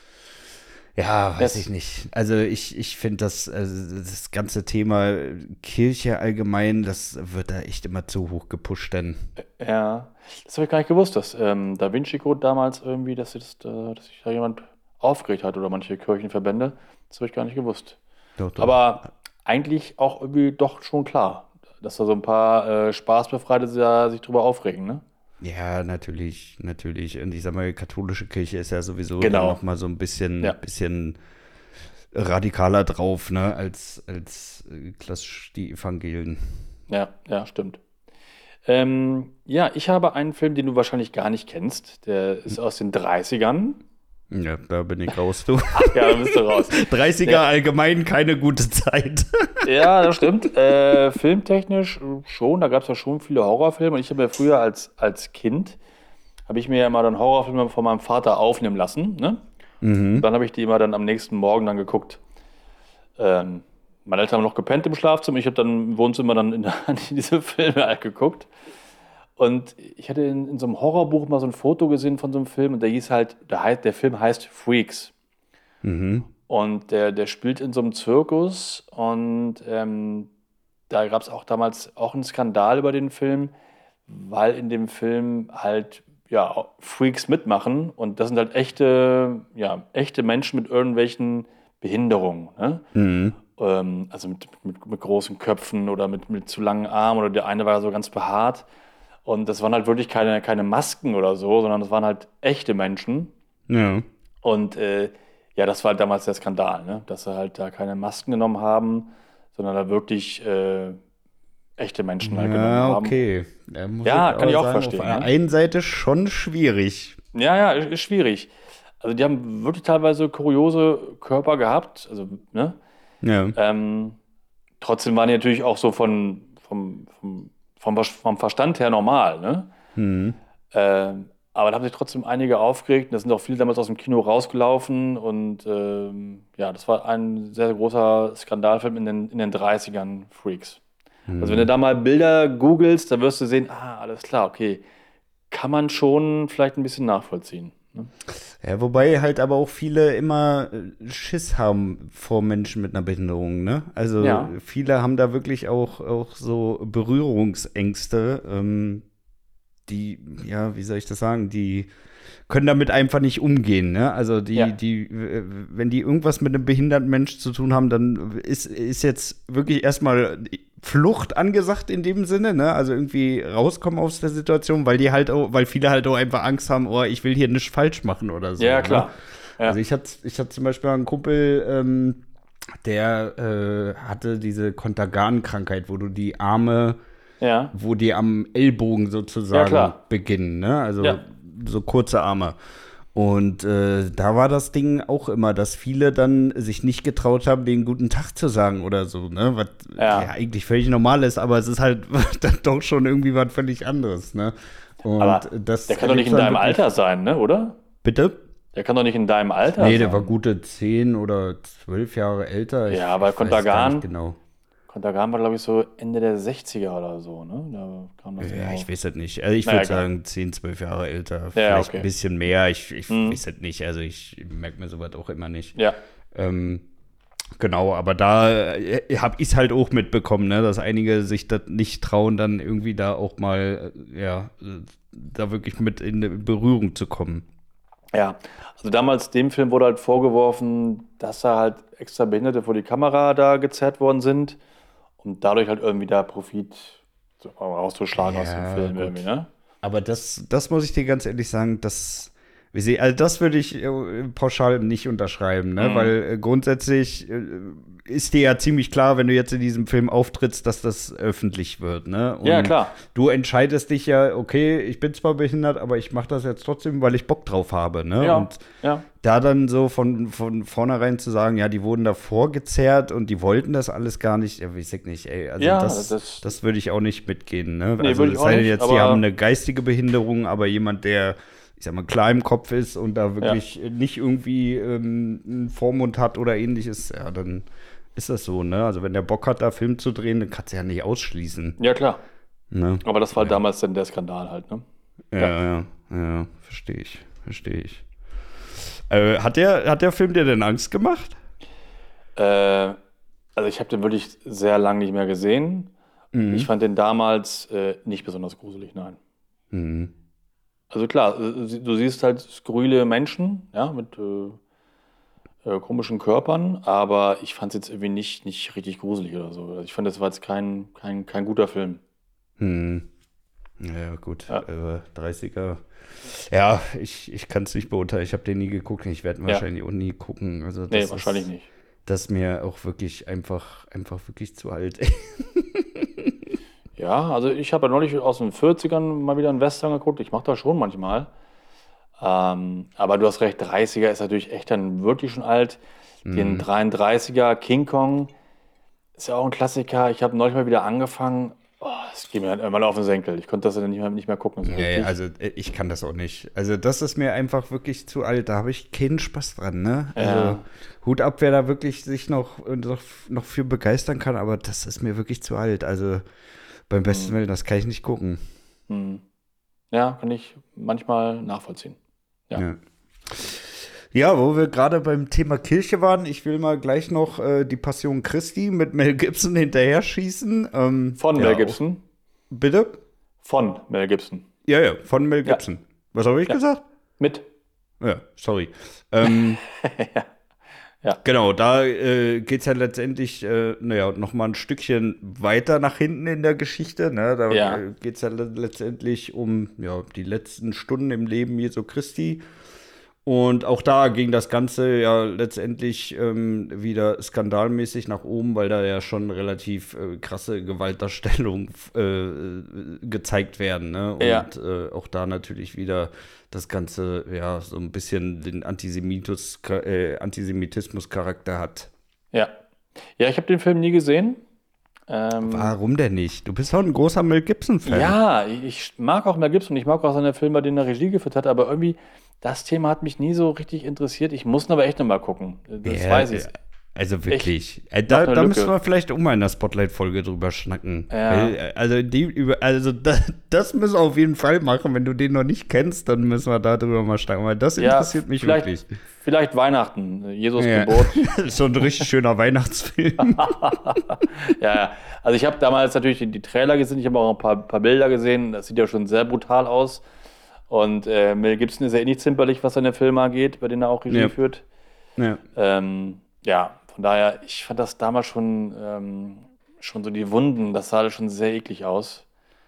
Ja, weiß Das- ich nicht. Also ich, ich finde das, also das ganze Thema Kirche allgemein, das wird da echt immer zu hoch gepusht, denn. Ja, das habe ich gar nicht gewusst, dass ähm, Da Vinci Code damals irgendwie, dass, das, äh, dass sich da jemand aufgeregt hat oder manche Kirchenverbände. Das habe ich gar nicht gewusst. Doch, doch. Aber eigentlich auch irgendwie doch schon klar, dass da so ein paar äh, Spaßbefreite da sich drüber aufregen, ne? Ja, natürlich, natürlich. Und ich sag mal, katholische Kirche ist ja sowieso Genau. noch mal so ein bisschen, Ja. bisschen radikaler drauf, ne, als, als äh, klassisch die Evangelien. Ja, ja, stimmt. Ähm, ja, ich habe einen Film, den du wahrscheinlich gar nicht kennst. Der ist aus den dreißigern. Ja, da bin ich raus, du. Ja, da bist du raus. dreißiger Ja. allgemein keine gute Zeit. Ja, das stimmt. Äh, filmtechnisch schon, da gab es ja schon viele Horrorfilme. Und ich habe ja früher als, als Kind, habe ich mir ja immer dann Horrorfilme von meinem Vater aufnehmen lassen. Ne? Und dann habe ich die immer dann am nächsten Morgen dann geguckt. Ähm, meine Eltern haben noch gepennt im Schlafzimmer. Ich habe dann im Wohnzimmer dann in, in diese Filme halt geguckt. Und ich hatte in, in so einem Horrorbuch mal so ein Foto gesehen von so einem Film. Und der hieß halt, der, heißt, der Film heißt Freaks. Und der, der spielt in so einem Zirkus. Und ähm, da gab es auch damals auch einen Skandal über den Film, weil in dem Film halt ja, Freaks mitmachen. Und das sind halt echte, ja, echte Menschen mit irgendwelchen Behinderungen. Ne? Ähm, also mit, mit, mit großen Köpfen oder mit, mit zu langen Armen. Oder der eine war so ganz behaart. Und das waren halt wirklich keine, keine Masken oder so, sondern das waren halt echte Menschen. Ja. Und äh, ja, das war halt damals der Skandal, ne? Dass sie halt da keine Masken genommen haben, sondern da wirklich äh, echte Menschen halt genommen Ja, haben. okay. Da muss Ja, kann ich auch sagen, verstehen, Auf der ne? einen Seite schon schwierig. Ja, ja, ist, ist schwierig. Also die haben wirklich teilweise kuriose Körper gehabt, also, ne? Ja. Ähm, trotzdem waren die natürlich auch so von, vom, vom, vom, vom Verstand her normal, ne? Mhm. Ähm, aber da haben sich trotzdem einige aufgeregt. Und da sind auch viele damals aus dem Kino rausgelaufen. Und ähm, ja, das war ein sehr großer Skandalfilm in den, in den dreißigern, Freaks. Also wenn du da mal Bilder googelst, dann wirst du sehen, ah, alles klar, okay. Kann man schon vielleicht ein bisschen nachvollziehen. Ne? Ja, wobei halt aber auch viele immer äh, Schiss haben vor Menschen mit einer Behinderung, ne? Also Ja. viele haben da wirklich auch, auch so Berührungsängste, ähm, die, ja, wie soll ich das sagen, die können damit einfach nicht umgehen, ne? Also die, Ja. die, äh, wenn die irgendwas mit einem behinderten Mensch zu tun haben, dann ist, ist jetzt wirklich erstmal Flucht angesagt in dem Sinne, ne? Also irgendwie rauskommen aus der Situation, weil die halt auch, weil viele halt auch einfach Angst haben, oh, ich will hier nichts falsch machen oder so. Ja, klar. Ne? Ja. Also ich hatte, ich hatte zum Beispiel einen Kumpel, ähm, der äh, hatte diese Kontergan-Krankheit, wo du die Arme Ja. wo die am Ellbogen sozusagen Ja, klar. beginnen, ne? Also Ja. so kurze Arme. Und äh, da war das Ding auch immer, dass viele dann sich nicht getraut haben, den guten Tag zu sagen oder so, ne? Was Ja. ja. eigentlich völlig normal ist, aber es ist halt dann doch schon irgendwie was völlig anderes, ne? Und Aber das der kann doch nicht in erlebst deinem dann wirklich- Alter sein, ne? Oder? Bitte? Der kann doch nicht in deinem Alter Nee, sein. der war gute zehn oder zwölf Jahre älter. Ich, Ja, aber ich weiß gar Kontergan- nicht genau. Kontergan war, glaube ich, so Ende der sechziger oder so, ne? Da kam das Ja, auf. ich weiß das nicht. Also ich Naja, würde egal. sagen zehn, zwölf Jahre älter. Vielleicht okay. ein bisschen mehr. Ich, ich Mhm. weiß das nicht. Also ich merke mir sowas auch immer nicht. Ja. Ähm, genau, aber da äh, habe ich es halt auch mitbekommen, ne, dass einige sich das nicht trauen, dann irgendwie da auch mal, äh, ja, äh, da wirklich mit in Berührung zu kommen. Ja, also damals dem Film wurde halt vorgeworfen, dass da halt extra Behinderte vor die Kamera da gezerrt worden sind, um dadurch halt irgendwie da Profit so rauszuschlagen aus dem Ja, Film gut. irgendwie, ne? Aber das, das muss ich dir ganz ehrlich sagen, das, wie sie, also das würde ich äh, pauschal nicht unterschreiben, ne? Mhm. Weil äh, grundsätzlich äh, ist dir ja ziemlich klar, wenn du jetzt in diesem Film auftrittst, dass das öffentlich wird, ne? Und Ja, klar. du entscheidest dich ja, okay, ich bin zwar behindert, aber ich mache das jetzt trotzdem, weil ich Bock drauf habe, ne? Ja, Und ja. da dann so von, von vornherein zu sagen, ja, die wurden davor gezerrt und die wollten das alles gar nicht, ja, ich sag nicht, ey, also Ja, das, das- das würde ich auch nicht mitgehen, ne? Nee, also würde ich es auch sei denn nicht, jetzt, die aber- haben eine geistige Behinderung, aber jemand, der, ich sag mal, klar im Kopf ist und da wirklich nicht irgendwie ähm, einen Vormund hat oder ähnliches, ja, dann ist das so, ne? Also wenn der Bock hat, da Film zu drehen, dann kannst du ja nicht ausschließen, Ja, klar. ne? Aber das war damals dann der Skandal halt, ne? Ja, ja, ja, verstehe ich, verstehe ich. Äh, hat der, hat der Film dir denn Angst gemacht? Äh, also ich habe den wirklich sehr lange nicht mehr gesehen. Mhm. Ich fand den damals äh, nicht besonders gruselig, nein. Mhm. Also klar, äh, du siehst halt skurrile Menschen, ja, mit äh, äh, komischen Körpern, aber ich fand es jetzt irgendwie nicht, nicht richtig gruselig oder so. Also ich fand, das war jetzt kein, kein, kein guter Film. Hm. Ja, gut. Ja. Äh, dreißiger. Ja, ich, ich kann es nicht beurteilen. Ich habe den nie geguckt. Ich werde ihn Ja. wahrscheinlich auch nie gucken. Also das Nee, ist, wahrscheinlich nicht. Das ist mir auch wirklich einfach, einfach wirklich zu alt. Ja, also ich habe ja neulich aus den vierzigern mal wieder einen Western geguckt. Ich mache das schon manchmal. Ähm, aber du hast recht, dreißiger ist natürlich echt dann wirklich schon alt. Den dreiunddreißiger King Kong ist ja auch ein Klassiker. Ich habe neulich mal wieder angefangen. Oh, das geht mir dann irgendwann auf den Senkel. Ich konnte das dann nicht mehr, nicht mehr gucken. So Nee, richtig. also äh, ich kann das auch nicht. Also das ist mir einfach wirklich zu alt. Da habe ich keinen Spaß dran, ne? Also Ja. Hut ab, wer da wirklich sich noch, äh, noch, noch für begeistern kann, aber das ist mir wirklich zu alt. Also beim besten Willen, das kann ich nicht gucken. Hm. Ja, kann ich manchmal nachvollziehen. Ja. Ja. Ja, wo wir gerade beim Thema Kirche waren, ich will mal gleich noch äh, die Passion Christi mit Mel Gibson hinterher schießen. Ähm, Von ja, Mel auch- Gibson. Bitte? Von Mel Gibson. Ja, ja, von Mel Ja. Gibson. Was habe ich Ja. gesagt? Mit. Ja, sorry. Ähm, Ja. Genau, da äh, geht es ja letztendlich, äh, naja, noch mal ein Stückchen weiter nach hinten in der Geschichte. Ne? Da Ja. äh, geht es ja le letztendlich um ja, die letzten Stunden im Leben Jesu Christi. Und auch da ging das Ganze ja letztendlich ähm, wieder skandalmäßig nach oben, weil da ja schon relativ äh, krasse Gewaltdarstellungen äh, gezeigt werden. Ne? Und Ja. äh, auch da natürlich wieder das Ganze ja so ein bisschen den Antisemitus, äh, Antisemitismus-Charakter hat. Ja. Ja, ich habe den Film nie gesehen. Ähm, Warum denn nicht? Du bist doch ein großer Mel Gibson-Fan. Ja, ich ich mag auch Mel Gibson, ich mag auch seine Filme, bei denen er Regie geführt hat, aber irgendwie, das Thema hat mich nie so richtig interessiert. Ich muss ihn aber echt noch mal gucken. Das Ja, weiß ich. ja. Also wirklich. Äh, Macht da eine da Lücke. müssen wir vielleicht auch mal in der Spotlight-Folge drüber schnacken. Ja. Weil, äh, also die, über, also das, das müssen wir auf jeden Fall machen. Wenn du den noch nicht kennst, dann müssen wir da drüber mal schnacken. Weil das Ja, interessiert mich vielleicht, wirklich. Vielleicht Weihnachten, Jesus Ja. Geburt. So ein richtig schöner Weihnachtsfilm. Ja, ja. Also ich habe damals natürlich die, die Trailer gesehen, ich habe auch ein paar, paar Bilder gesehen. Das sieht ja schon sehr brutal aus. Und äh, Mel Gibson ist ja eh nicht zimperlich, was seine Filme angeht, bei denen er auch Regie Ja. führt. Ja. Ähm, ja, von daher, ich fand das damals schon, ähm, schon so die Wunden, das sah alles schon sehr eklig aus.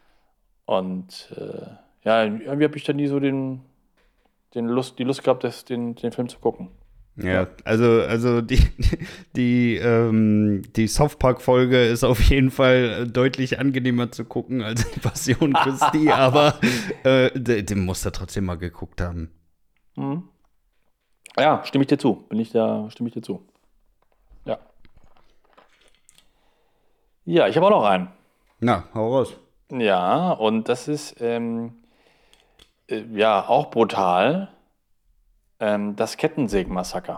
Und äh, ja, irgendwie habe ich dann nie so den, den Lust, die Lust gehabt, das, den, den Film zu gucken. Ja, also, also die, die, ähm, die South Park-Folge ist auf jeden Fall deutlich angenehmer zu gucken als die Passion Christi, aber äh, den, den musst du trotzdem mal geguckt haben. Mhm. Ja, stimme ich dir zu. Bin ich da, stimme ich dir zu. Ja. Ja, ich habe auch noch einen. Na, hau raus. Ja, und das ist ähm, äh, ja auch brutal. Ähm, das Kettensägen-Massaker.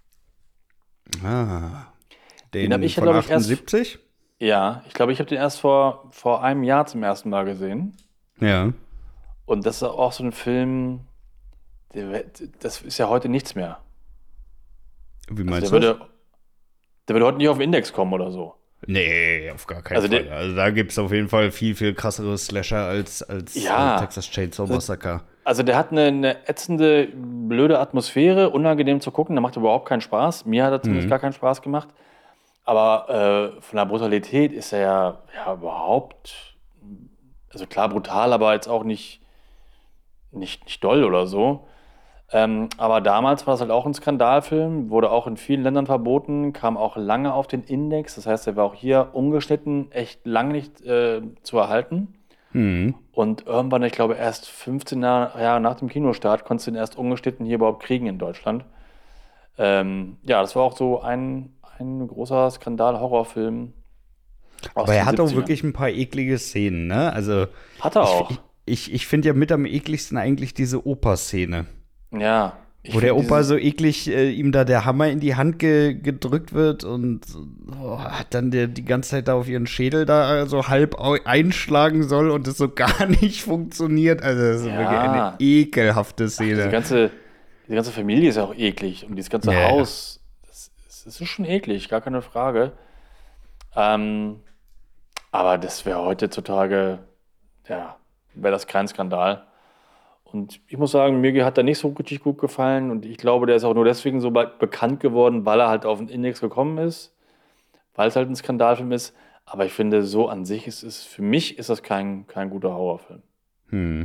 Ah, Den den hab ich ja, von glaub ich, erst- achtundsiebzig? Ja, ich glaube, ich habe den erst vor, vor einem Jahr zum ersten Mal gesehen. Ja. Und das ist auch so ein Film, der, wird- das ist ja heute nichts mehr. Wie Also meinst der du? würde, der würde heute nicht auf den Index kommen oder so. Nee, auf gar keinen Also Fall. der- also da gibt es auf jeden Fall viel, viel krassere Slasher als, als Ja. äh, Texas Chainsaw Massacre. Also der hat eine, eine ätzende, blöde Atmosphäre, unangenehm zu gucken, der macht überhaupt keinen Spaß. Mir hat er zumindest Mhm. gar keinen Spaß gemacht. Aber äh, von der Brutalität ist er ja, ja überhaupt, also klar brutal, aber jetzt auch nicht, nicht, nicht doll oder so. Ähm, aber damals war das halt auch ein Skandalfilm, wurde auch in vielen Ländern verboten, kam auch lange auf den Index. Das heißt, er war auch hier ungeschnitten echt lange nicht äh, zu erhalten. Mhm. Und irgendwann, ich glaube, erst fünfzehn Jahre Jahre nach dem Kinostart konntest du ihn erst ungeschnitten hier überhaupt kriegen in Deutschland. Ähm, ja, das war auch so ein, ein großer Skandal-Horrorfilm. aus Aber er den hat auch siebzigern. wirklich ein paar eklige Szenen, ne? Also Hat er auch. ich, ich, ich finde ja mit am ekligsten eigentlich diese Opa-Szene. Ja. Ich Wo der find Opa dieses- so eklig äh, ihm da der Hammer in die Hand ge gedrückt wird und oh, dann der die ganze Zeit da auf ihren Schädel da so halb au- einschlagen soll und es so gar nicht funktioniert. Also das ist Ja. wirklich eine ekelhafte Diese Szene. ganze, diese ganze Familie ist ja auch eklig. Und dieses ganze Ja, ja. Haus, das, das ist schon eklig, gar keine Frage. Ähm, aber das wäre heutzutage, ja, wäre das kein Skandal. Und ich muss sagen, mir hat er nicht so richtig gut gefallen. Und ich glaube, der ist auch nur deswegen so be- bekannt geworden, weil er halt auf den Index gekommen ist. Weil es halt ein Skandalfilm ist. Aber ich finde, so an sich ist es, für mich ist das kein, kein guter Horrorfilm. Hm.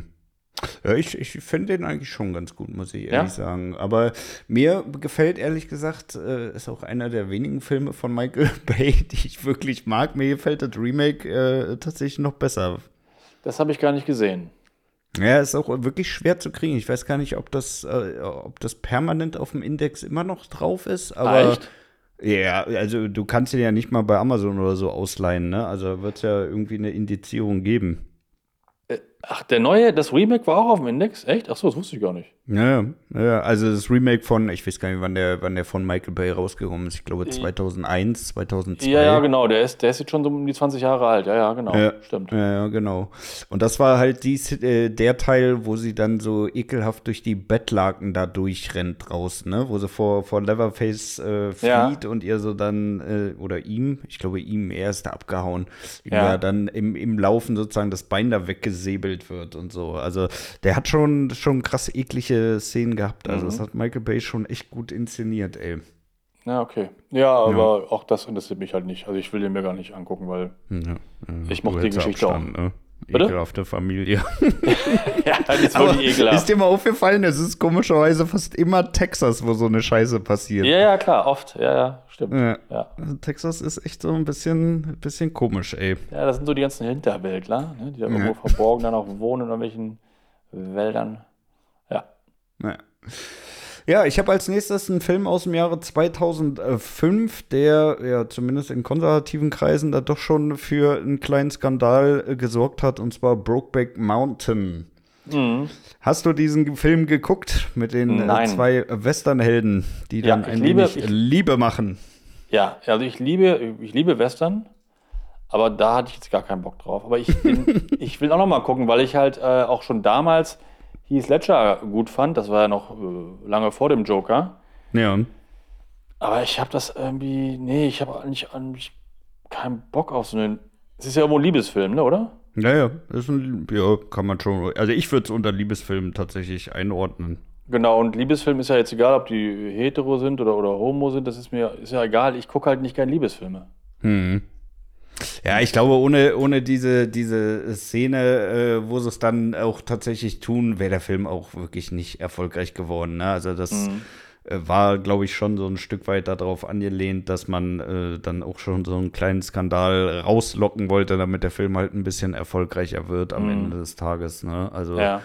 Ja, ich, ich finde den eigentlich schon ganz gut, muss ich ehrlich Ja? sagen. Aber mir gefällt ehrlich gesagt, äh, ist auch einer der wenigen Filme von Michael Bay, die ich wirklich mag. Mir gefällt das Remake äh, tatsächlich noch besser. Das habe ich gar nicht gesehen. Ja, ist auch wirklich schwer zu kriegen. Ich weiß gar nicht, ob das, äh, ob das permanent auf dem Index immer noch drauf ist. Aber Echt? ja, also du kannst ihn ja nicht mal bei Amazon oder so ausleihen, ne? Also wird es ja irgendwie eine Indizierung geben. Ach, der neue, das Remake war auch auf dem Index? Echt? Ach so, das wusste ich gar nicht. Ja, ja, also das Remake von, ich weiß gar nicht, wann der, wann der von Michael Bay rausgekommen ist. Ich glaube zweitausendeins, zweitausendzwei. Ja, ja, genau. Der ist, der ist jetzt schon so um die zwanzig Jahre alt. Ja, ja, genau. Ja, Stimmt. Ja, ja, genau. Und das war halt dies, äh, der Teil, wo sie dann so ekelhaft durch die Bettlaken da durchrennt draußen, ne? Wo sie vor, vor Leatherface äh, flieht Ja. und ihr so dann, äh, oder ihm, ich glaube ihm, er ist da abgehauen, ihm Ja. ja dann im, im Laufen sozusagen das Bein da weggesäbelt wird und so. Also der hat schon, schon krass eklige Szenen gehabt. Also das hat Michael Bay schon echt gut inszeniert, ey. Ja, okay. Ja, aber auch das interessiert mich halt nicht. Also ich will den mir gar nicht angucken, weil Ja, ja. Ich Du mochte die hältst Geschichte auch. Abstand, ne? Bitte? Ekelhafte Familie. ja, das ist Aber wirklich ekelhaft. ist dir mal aufgefallen, es ist komischerweise fast immer Texas, wo so eine Scheiße passiert. Ja, ja, klar, oft. Ja, ja, stimmt. Ja. Ja. Also Texas ist echt so ein bisschen, bisschen komisch, ey. Ja, das sind so die ganzen Hinterwäldler, ne, die da irgendwo verborgen dann auch wohnen in irgendwelchen Wäldern. Ja. Naja. Ja, ich habe als nächstes einen Film aus dem Jahre zweitausendfünf, der ja zumindest in konservativen Kreisen da doch schon für einen kleinen Skandal äh, gesorgt hat, und zwar Brokeback Mountain. Mhm. Hast du diesen Film geguckt mit den äh, Nein. zwei Westernhelden, die Ja, dann ich ein liebe- wenig ich- Liebe machen? Ja, also ich liebe, ich liebe Western, aber da hatte ich jetzt gar keinen Bock drauf. Aber ich, bin, ich will auch noch mal gucken, weil ich halt äh, auch schon damals Heath Ledger gut fand. Das war ja noch äh, lange vor dem Joker. Ja. Aber ich habe das irgendwie, nee, ich habe eigentlich, eigentlich keinen Bock auf so einen. Es ist ja irgendwo ein Liebesfilm, ne, oder? Ja, ja, ist ein, ja, kann man schon. Also ich würde es unter Liebesfilm tatsächlich einordnen. Genau, und Liebesfilm ist ja jetzt egal, ob die hetero sind oder, oder homo sind, das ist mir ist ja egal. Ich gucke halt nicht gerne Liebesfilme. Hm. Ja, ich glaube, ohne, ohne diese, diese Szene, äh, wo sie es dann auch tatsächlich tun, wäre der Film auch wirklich nicht erfolgreich geworden. Ne? Also das Mhm. äh, war, glaube ich, schon so ein Stück weit darauf angelehnt, dass man äh, dann auch schon so einen kleinen Skandal rauslocken wollte, damit der Film halt ein bisschen erfolgreicher wird am Mhm. Ende des Tages. Ne? Also Ja.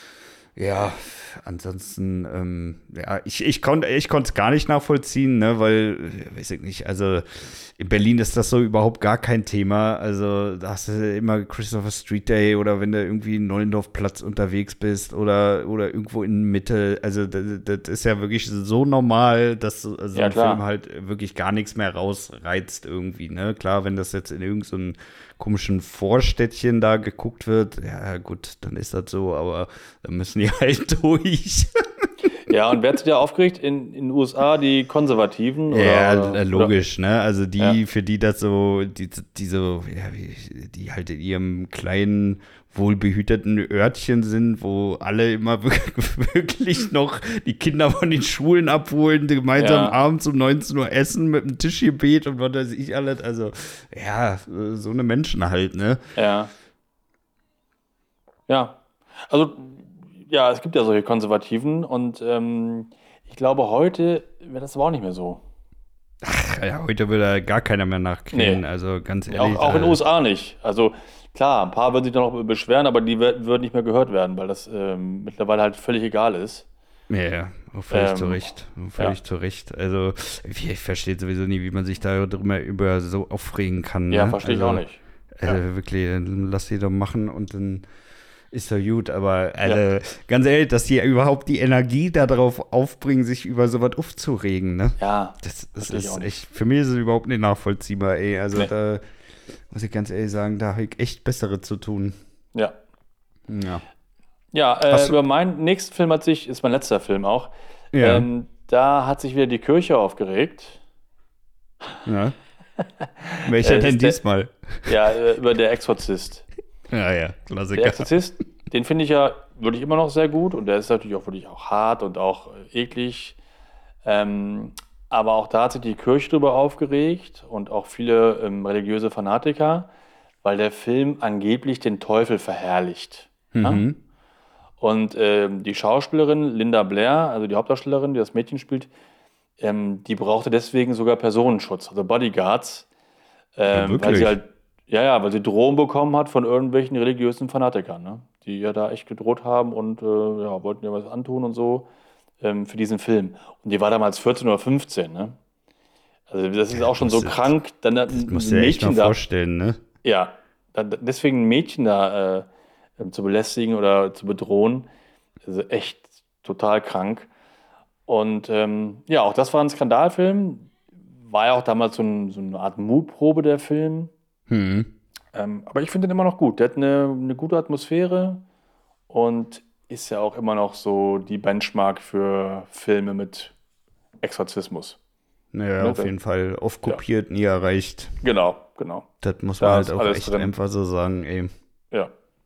ja, ansonsten, ähm, ja, ich, ich konnte ich konnte es gar nicht nachvollziehen, ne, weil, äh, weiß ich nicht, also in Berlin ist das so überhaupt gar kein Thema. Also da hast du immer Christopher Street Day oder wenn du irgendwie in Nollendorfplatz unterwegs bist oder, oder irgendwo in Mitte. Also das, das ist ja wirklich so normal, dass so so Ja, ein klar. Film halt wirklich gar nichts mehr rausreizt irgendwie, ne? Klar, wenn das jetzt in irgendeinem so einem komischen Vorstädtchen da geguckt wird, ja gut, dann ist das so, aber da müssen die halt durch. Ja, und wer hat sich da aufgeregt? In, in den U S A die Konservativen? Oder, Ja, oder, äh, logisch, ne? Also die, Ja. für die das so, die, die so, ja, wie- die halt in ihrem kleinen, wohlbehüteten Örtchen sind, wo alle immer wirklich, wirklich noch die Kinder von den Schulen abholen, die gemeinsam Ja. abends um neunzehn Uhr essen mit dem Tischgebet und was weiß ich alles. Also, ja, so eine Menschen halt, ne? Ja. Ja. Also, ja, es gibt ja solche Konservativen und ähm, ich glaube, heute wäre das aber auch nicht mehr so. Ja, heute will da gar keiner mehr nachkriegen, Nee. also ganz ehrlich. Auch, auch in äh, den U S A nicht. Also, klar, ein paar würden sich da noch beschweren, aber die wer- würden nicht mehr gehört werden, weil das ähm, mittlerweile halt völlig egal ist. Ja, ja, auch völlig Ähm, zu Recht. auch Völlig ja. zu Recht. Also, ich, ich verstehe sowieso nie, wie man sich darüber über so aufregen kann. Ja, ne? verstehe ich also, auch nicht. Also wirklich, dann lass sie doch machen und dann ist doch gut. Aber also, ganz ehrlich, dass die überhaupt die Energie darauf aufbringen, sich über sowas aufzuregen, ne? Ja, Das, das verstehe ich auch ist nicht. echt, für mich ist es überhaupt nicht nachvollziehbar, ey. Also Nee. da muss ich ganz ehrlich sagen, da habe ich echt Bessere zu tun. Ja. Ja. Ja, äh, Hast du- über meinen nächsten Film hat sich, ist mein letzter Film auch, Ja. ähm, da hat sich wieder die Kirche aufgeregt. ja. Welcher Äh, denn ist der- diesmal? Ja, äh, über Der Exorzist. Ja, ja, Der Klassiker. Exorzist, den finde ich ja wirklich immer noch sehr gut und der ist natürlich auch wirklich auch hart und auch äh, eklig. Ähm, aber auch da hat sich die Kirche drüber aufgeregt und auch viele ähm, religiöse Fanatiker, weil der Film angeblich den Teufel verherrlicht. Ja? Mhm. Und ähm, die Schauspielerin Linda Blair, also die Hauptdarstellerin, die das Mädchen spielt, ähm, die brauchte deswegen sogar Personenschutz, also Bodyguards, ähm, Ja, weil sie wirklich? halt, ja, ja, weil sie Drohungen bekommen hat von irgendwelchen religiösen Fanatikern, ne? Die ja da echt gedroht haben und äh, ja, wollten ihr was antun und so ähm, für diesen Film. Und die war damals vierzehn oder fünfzehn, ne? Also das ist auch schon so musst du- krank, dann ein Das musst du dir echt mal Mädchen da, vorstellen, ne? ja, dann, deswegen ein Mädchen da äh, ähm, zu belästigen oder zu bedrohen, also echt total krank. Und ähm, ja, auch das war ein Skandalfilm. War ja auch damals so, ein, so eine Art Mutprobe der Film. Hm. Ähm, aber ich finde den immer noch gut. Der hat eine, eine gute Atmosphäre und ist ja auch immer noch so die Benchmark für Filme mit Exorzismus. Naja, Ne, auf da- jeden Fall oft kopiert, nie erreicht. Genau, genau. Das muss Da man ist halt auch alles echt drin. einfach so sagen, ey. Ja.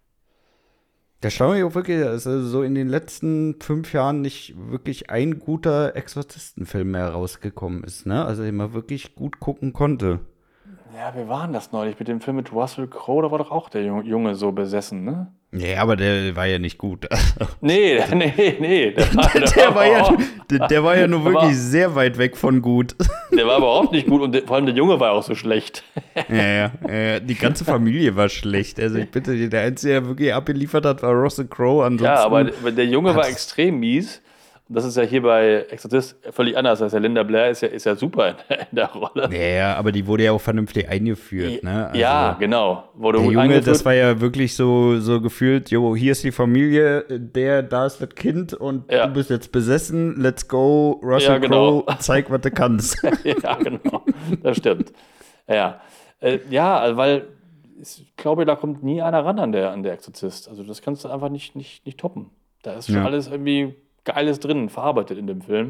Der Schlaue auch wirklich, dass also so in den letzten fünf Jahren nicht wirklich ein guter Exorzistenfilm mehr rausgekommen ist, ne? Also den man wirklich gut gucken konnte. Ja, wir waren das neulich mit dem Film mit Russell Crowe, da war doch auch der Junge Junge so besessen, ne? Ja, aber der war ja nicht gut. Nee, nee, nee. Der war, Der war ja, auch- der, der war ja nur Aber- wirklich sehr weit weg von gut. der war überhaupt nicht gut und der, vor allem der Junge war auch so schlecht. Ja, ja, ja, die ganze Familie war schlecht. Also ich bitte, dir, der Einzige, der wirklich abgeliefert hat, war Russell Crowe. Ansonsten, Ja, aber der der Junge war hat's- extrem mies. Und das ist ja hier bei Exorzist völlig anders. Also Linda Blair ist ja, ist ja super in, in der Rolle. Ja, ja, aber die wurde ja auch vernünftig eingeführt, ne? Also, ja, genau. Wurde Der gut Junge, eingeführt. das war ja wirklich so, so gefühlt, jo, hier ist die Familie, der, da ist das Kind und Ja. du bist jetzt besessen, let's go, Russell Ja, genau. Crowe, zeig, was du kannst. Ja, genau. Das stimmt. Ja, äh, ja also weil ich glaube, da kommt nie einer ran an der, an der Exorzist. Also das kannst du einfach nicht, nicht, nicht toppen. Da ist schon Ja. alles irgendwie Geiles drin, verarbeitet in dem Film.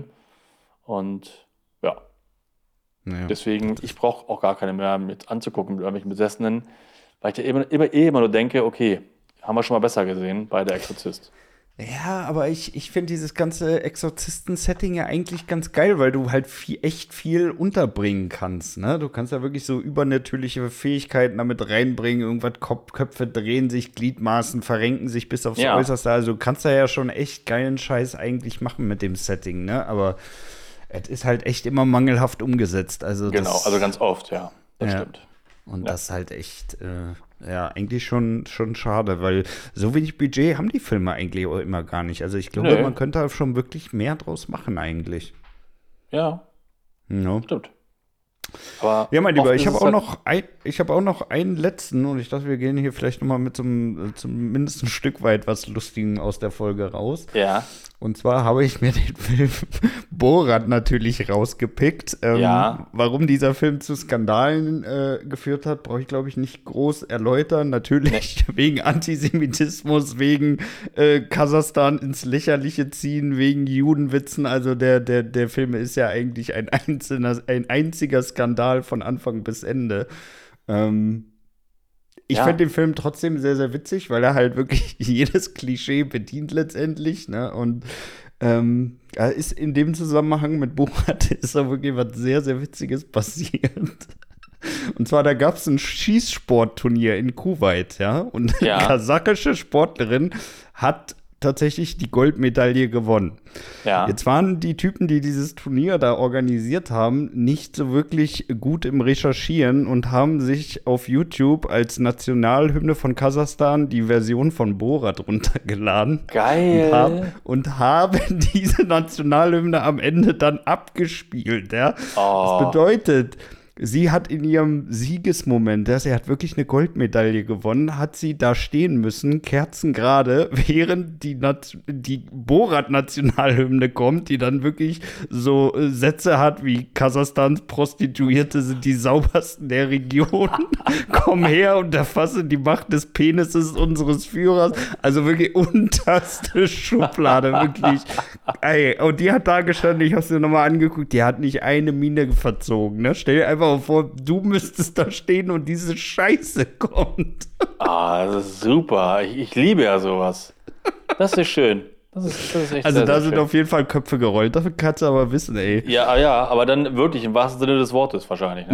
Und ja, Naja. deswegen, ich brauche auch gar keine mehr mit anzugucken mit irgendwelchen Besessenen, weil ich ja immer, immer, eh immer nur denke, okay, haben wir schon mal besser gesehen bei der Exorzist. Ja, aber ich, ich finde dieses ganze Exorzisten-Setting ja eigentlich ganz geil, weil du halt viel, echt viel unterbringen kannst, ne? Du kannst ja wirklich so übernatürliche Fähigkeiten damit reinbringen, irgendwas, Kopf, Köpfe drehen sich, Gliedmaßen verrenken sich bis aufs Ja. Äußerste. Also du kannst da ja schon echt geilen Scheiß eigentlich machen mit dem Setting, ne? Aber es ist halt echt immer mangelhaft umgesetzt. Also Genau, das, also ganz oft, ja, das Ja. stimmt. Und Ja. das ist halt echt, äh, ja, eigentlich schon, schon schade, weil so wenig Budget haben die Filme eigentlich auch immer gar nicht. Also ich glaube, Nö. man könnte da schon wirklich mehr draus machen eigentlich. Ja, No. stimmt. Aber Ja, mein Lieber, oft ich ist habe es auch, halt- noch ein, ich hab auch noch einen letzten und ich dachte, wir gehen hier vielleicht noch mal mit so einem, äh, zumindest ein Stück weit was Lustigen aus der Folge raus. Ja, Und zwar habe ich mir den Film Borat natürlich rausgepickt. Ähm, Ja. Warum dieser Film zu Skandalen äh, geführt hat, brauche ich, glaube ich, nicht groß erläutern. Natürlich wegen Antisemitismus, wegen äh, Kasachstan ins Lächerliche ziehen, wegen Judenwitzen. Also der, der, der Film ist ja eigentlich ein, einzelner, ein einziger Skandal von Anfang bis Ende. Ähm, Ich Ja. fand den Film trotzdem sehr, sehr witzig, weil er halt wirklich jedes Klischee bedient letztendlich, ne? Und ähm, da ist in dem Zusammenhang mit Borat ist da wirklich was sehr, sehr Witziges passiert. Und zwar, da gab es ein Schießsportturnier in Kuwait, ja? Und Ja. eine kasachische Sportlerin hat tatsächlich die Goldmedaille gewonnen. ja. Jetzt waren die Typen, die dieses Turnier da organisiert haben, nicht so wirklich gut im Recherchieren und haben sich auf YouTube als Nationalhymne von Kasachstan die Version von Borat runtergeladen. Geil. Und, hab, und haben diese Nationalhymne am Ende dann abgespielt. Ja? Oh. Das bedeutet, sie hat in ihrem Siegesmoment, ja, sie hat wirklich eine Goldmedaille gewonnen, hat sie da stehen müssen, kerzengerade, während die, Nat- die Borat-Nationalhymne kommt, die dann wirklich so äh, Sätze hat wie Kasachstans Prostituierte sind die saubersten der Region. Komm her und erfasse die Macht des Penises unseres Führers. Also wirklich unterste Schublade, wirklich. Ey, und die hat da gestanden, ich hab's mir nochmal angeguckt, die hat nicht eine Miene verzogen, ne? Stell dir einfach mal vor, du müsstest da stehen und diese Scheiße kommt. Ah, das ist super. Ich, ich liebe ja sowas. Das ist schön. Das ist, das ist echt Also sehr, da sehr sind schön. auf jeden Fall Köpfe gerollt, dafür kannst du aber wissen, ey. Ja, ah, ja, aber dann wirklich im wahrsten Sinne des Wortes wahrscheinlich. Ne? Ja,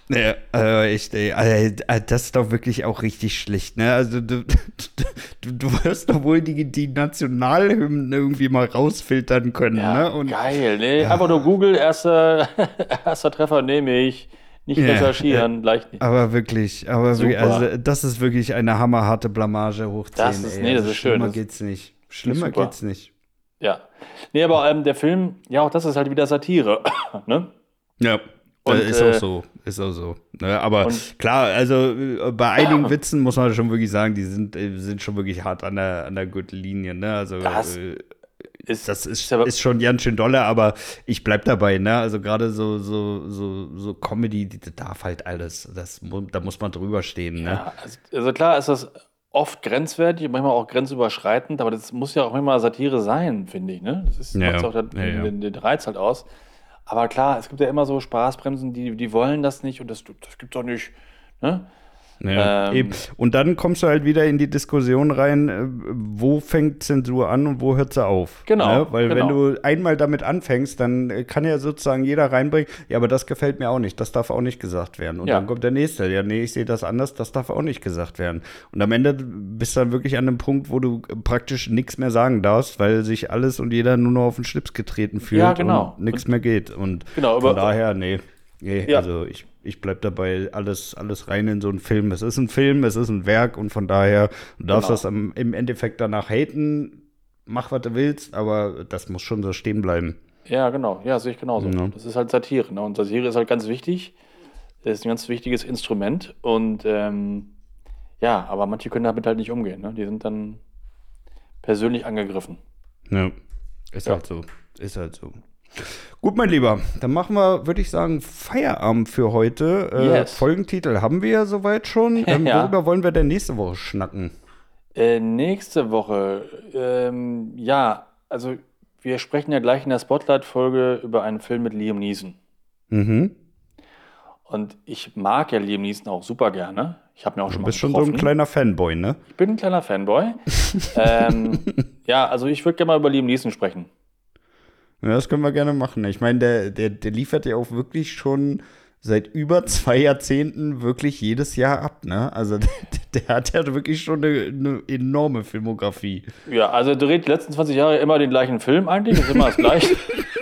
Ja, also echt, ey, also, das ist doch wirklich auch richtig schlecht, ne? Also du, du, du wirst doch wohl die, die Nationalhymnen irgendwie mal rausfiltern können, Ja, ne? Und, geil. Nee, ja. einfach nur Google, erster, erster Treffer nehme ich. Nicht Ja, recherchieren, gleich nicht. aber wirklich, aber wirklich, Super. also das ist wirklich eine hammerharte Blamage hoch zehn, Das ist- ey. nee, das Also ist schön. schlimmer Das- geht's nicht. Schlimmer super. geht's nicht. Ja. Nee, aber ähm, der Film, ja, auch das ist halt wieder Satire. ne? Ja. Und, ist äh, auch so, ist auch so. Ne, aber und- klar, also äh, bei einigen Witzen muss man schon wirklich sagen, die sind, äh, sind schon wirklich hart an der, an der guten Linie. Ne? Also Das äh, Ist, das ist, aber- ist schon ganz schön dolle, aber ich bleib dabei. Ne? Also gerade so, so, so, so Comedy, die, die darf halt alles. Das, mu- da muss man drüber stehen. Ne? Ja, also, also klar ist das oft grenzwertig, manchmal auch grenzüberschreitend, aber das muss ja auch immer Satire sein, finde ich. Ne? Das ist, Ja, macht auch den, ja, ja. Den, den Reiz halt aus. Aber klar, es gibt ja immer so Spaßbremsen, die, die wollen das nicht und das, das gibt doch nicht. Ne? Ja, Ähm, eben. Und dann kommst du halt wieder in die Diskussion rein, äh, wo fängt Zensur an und wo hört sie auf? Genau, Ne? Weil genau. wenn du einmal damit anfängst, dann äh, kann ja sozusagen jeder reinbringen, ja, aber das gefällt mir auch nicht, das darf auch nicht gesagt werden. Und Ja. dann kommt der Nächste, ja, nee, ich sehe das anders, das darf auch nicht gesagt werden. Und am Ende bist du dann wirklich an einem Punkt, wo du praktisch nichts mehr sagen darfst, weil sich alles und jeder nur noch auf den Schlips getreten fühlt Ja, genau. und nichts mehr geht. Und Genau, von aber- daher, nee. Nee, Ja. also ich, ich bleib dabei, alles, alles rein in so einen Film. Es ist ein Film, es ist ein Werk und von daher, du darfst Genau. das am, im Endeffekt danach haten, mach, was du willst, aber das muss schon so stehen bleiben. Ja, genau. Ja, sehe ich genauso. Ja. Das ist halt Satire. Ne? Und Satire ist halt ganz wichtig. Das ist ein ganz wichtiges Instrument. Und ähm, ja, aber manche können damit halt nicht umgehen. Ne? Die sind dann persönlich angegriffen. Ja, ist Ja. halt so, ist halt so. Gut, mein Lieber, dann machen wir, würde ich sagen, Feierabend für heute. Äh, Yes. Folgentitel haben wir ja soweit schon. Ähm, Ja. Worüber wollen wir denn nächste Woche schnacken? Äh, nächste Woche, ähm, ja, also wir sprechen ja gleich in der Spotlight-Folge über einen Film mit Liam Neeson. Mhm. Und ich mag ja Liam Neeson auch super gerne. Ich habe mir auch schon Du mal bist schon so getroffen. ein kleiner Fanboy, ne? Ich bin ein kleiner Fanboy. ähm, ja, also ich würde gerne mal über Liam Neeson sprechen. Ja, das können wir gerne machen. Ich meine, der, der, der liefert ja auch wirklich schon seit über zwei Jahrzehnten wirklich jedes Jahr ab, ne? Also der, der hat ja wirklich schon eine, eine enorme Filmografie. Ja, also er dreht die letzten zwanzig Jahre immer den gleichen Film eigentlich. Das ist immer das Gleiche.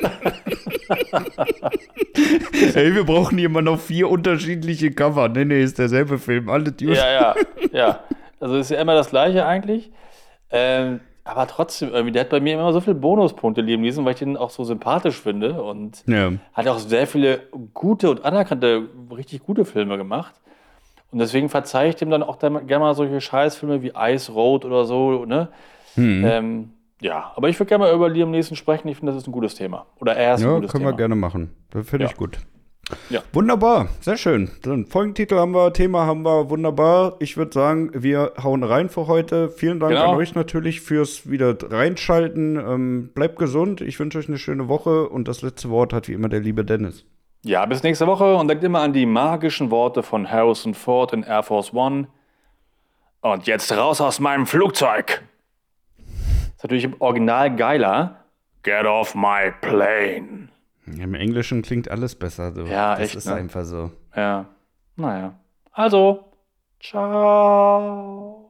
Ey, wir brauchen hier immer noch vier unterschiedliche Cover. Nee, nee, ist derselbe Film. Alle gut. Ja, ja, ja. Also ist ja immer das Gleiche eigentlich. Ähm, aber trotzdem, irgendwie, der hat bei mir immer so viele Bonuspunkte, Liam Neeson, weil ich den auch so sympathisch finde und Ja. hat auch sehr viele gute und anerkannte, richtig gute Filme gemacht. Und deswegen verzeihe ich dem dann auch dann gerne mal solche Scheißfilme wie Ice Road oder so, ne? Hm. Ähm, ja, aber ich würde gerne mal über Liam Neeson sprechen. Ich finde, das ist ein gutes Thema. Oder er ist ein Ja, gutes können Thema. wir gerne machen. Das finde ich Ja. gut. Ja. Wunderbar, sehr schön. Dann Folgentitel haben wir, Thema haben wir, wunderbar. Ich würde sagen, wir hauen rein für heute. Vielen Dank Genau. an euch natürlich fürs wieder reinschalten. Ähm, bleibt gesund, ich wünsche euch eine schöne Woche und das letzte Wort hat wie immer der liebe Dennis. Ja, bis nächste Woche und denkt immer an die magischen Worte von Harrison Ford in Air Force One. Und jetzt raus aus meinem Flugzeug. Ist natürlich im Original geiler. Get off my plane. Im Englischen klingt alles besser. So. Ja, das echt, ist ne? einfach so. Ja, naja. Also, ciao.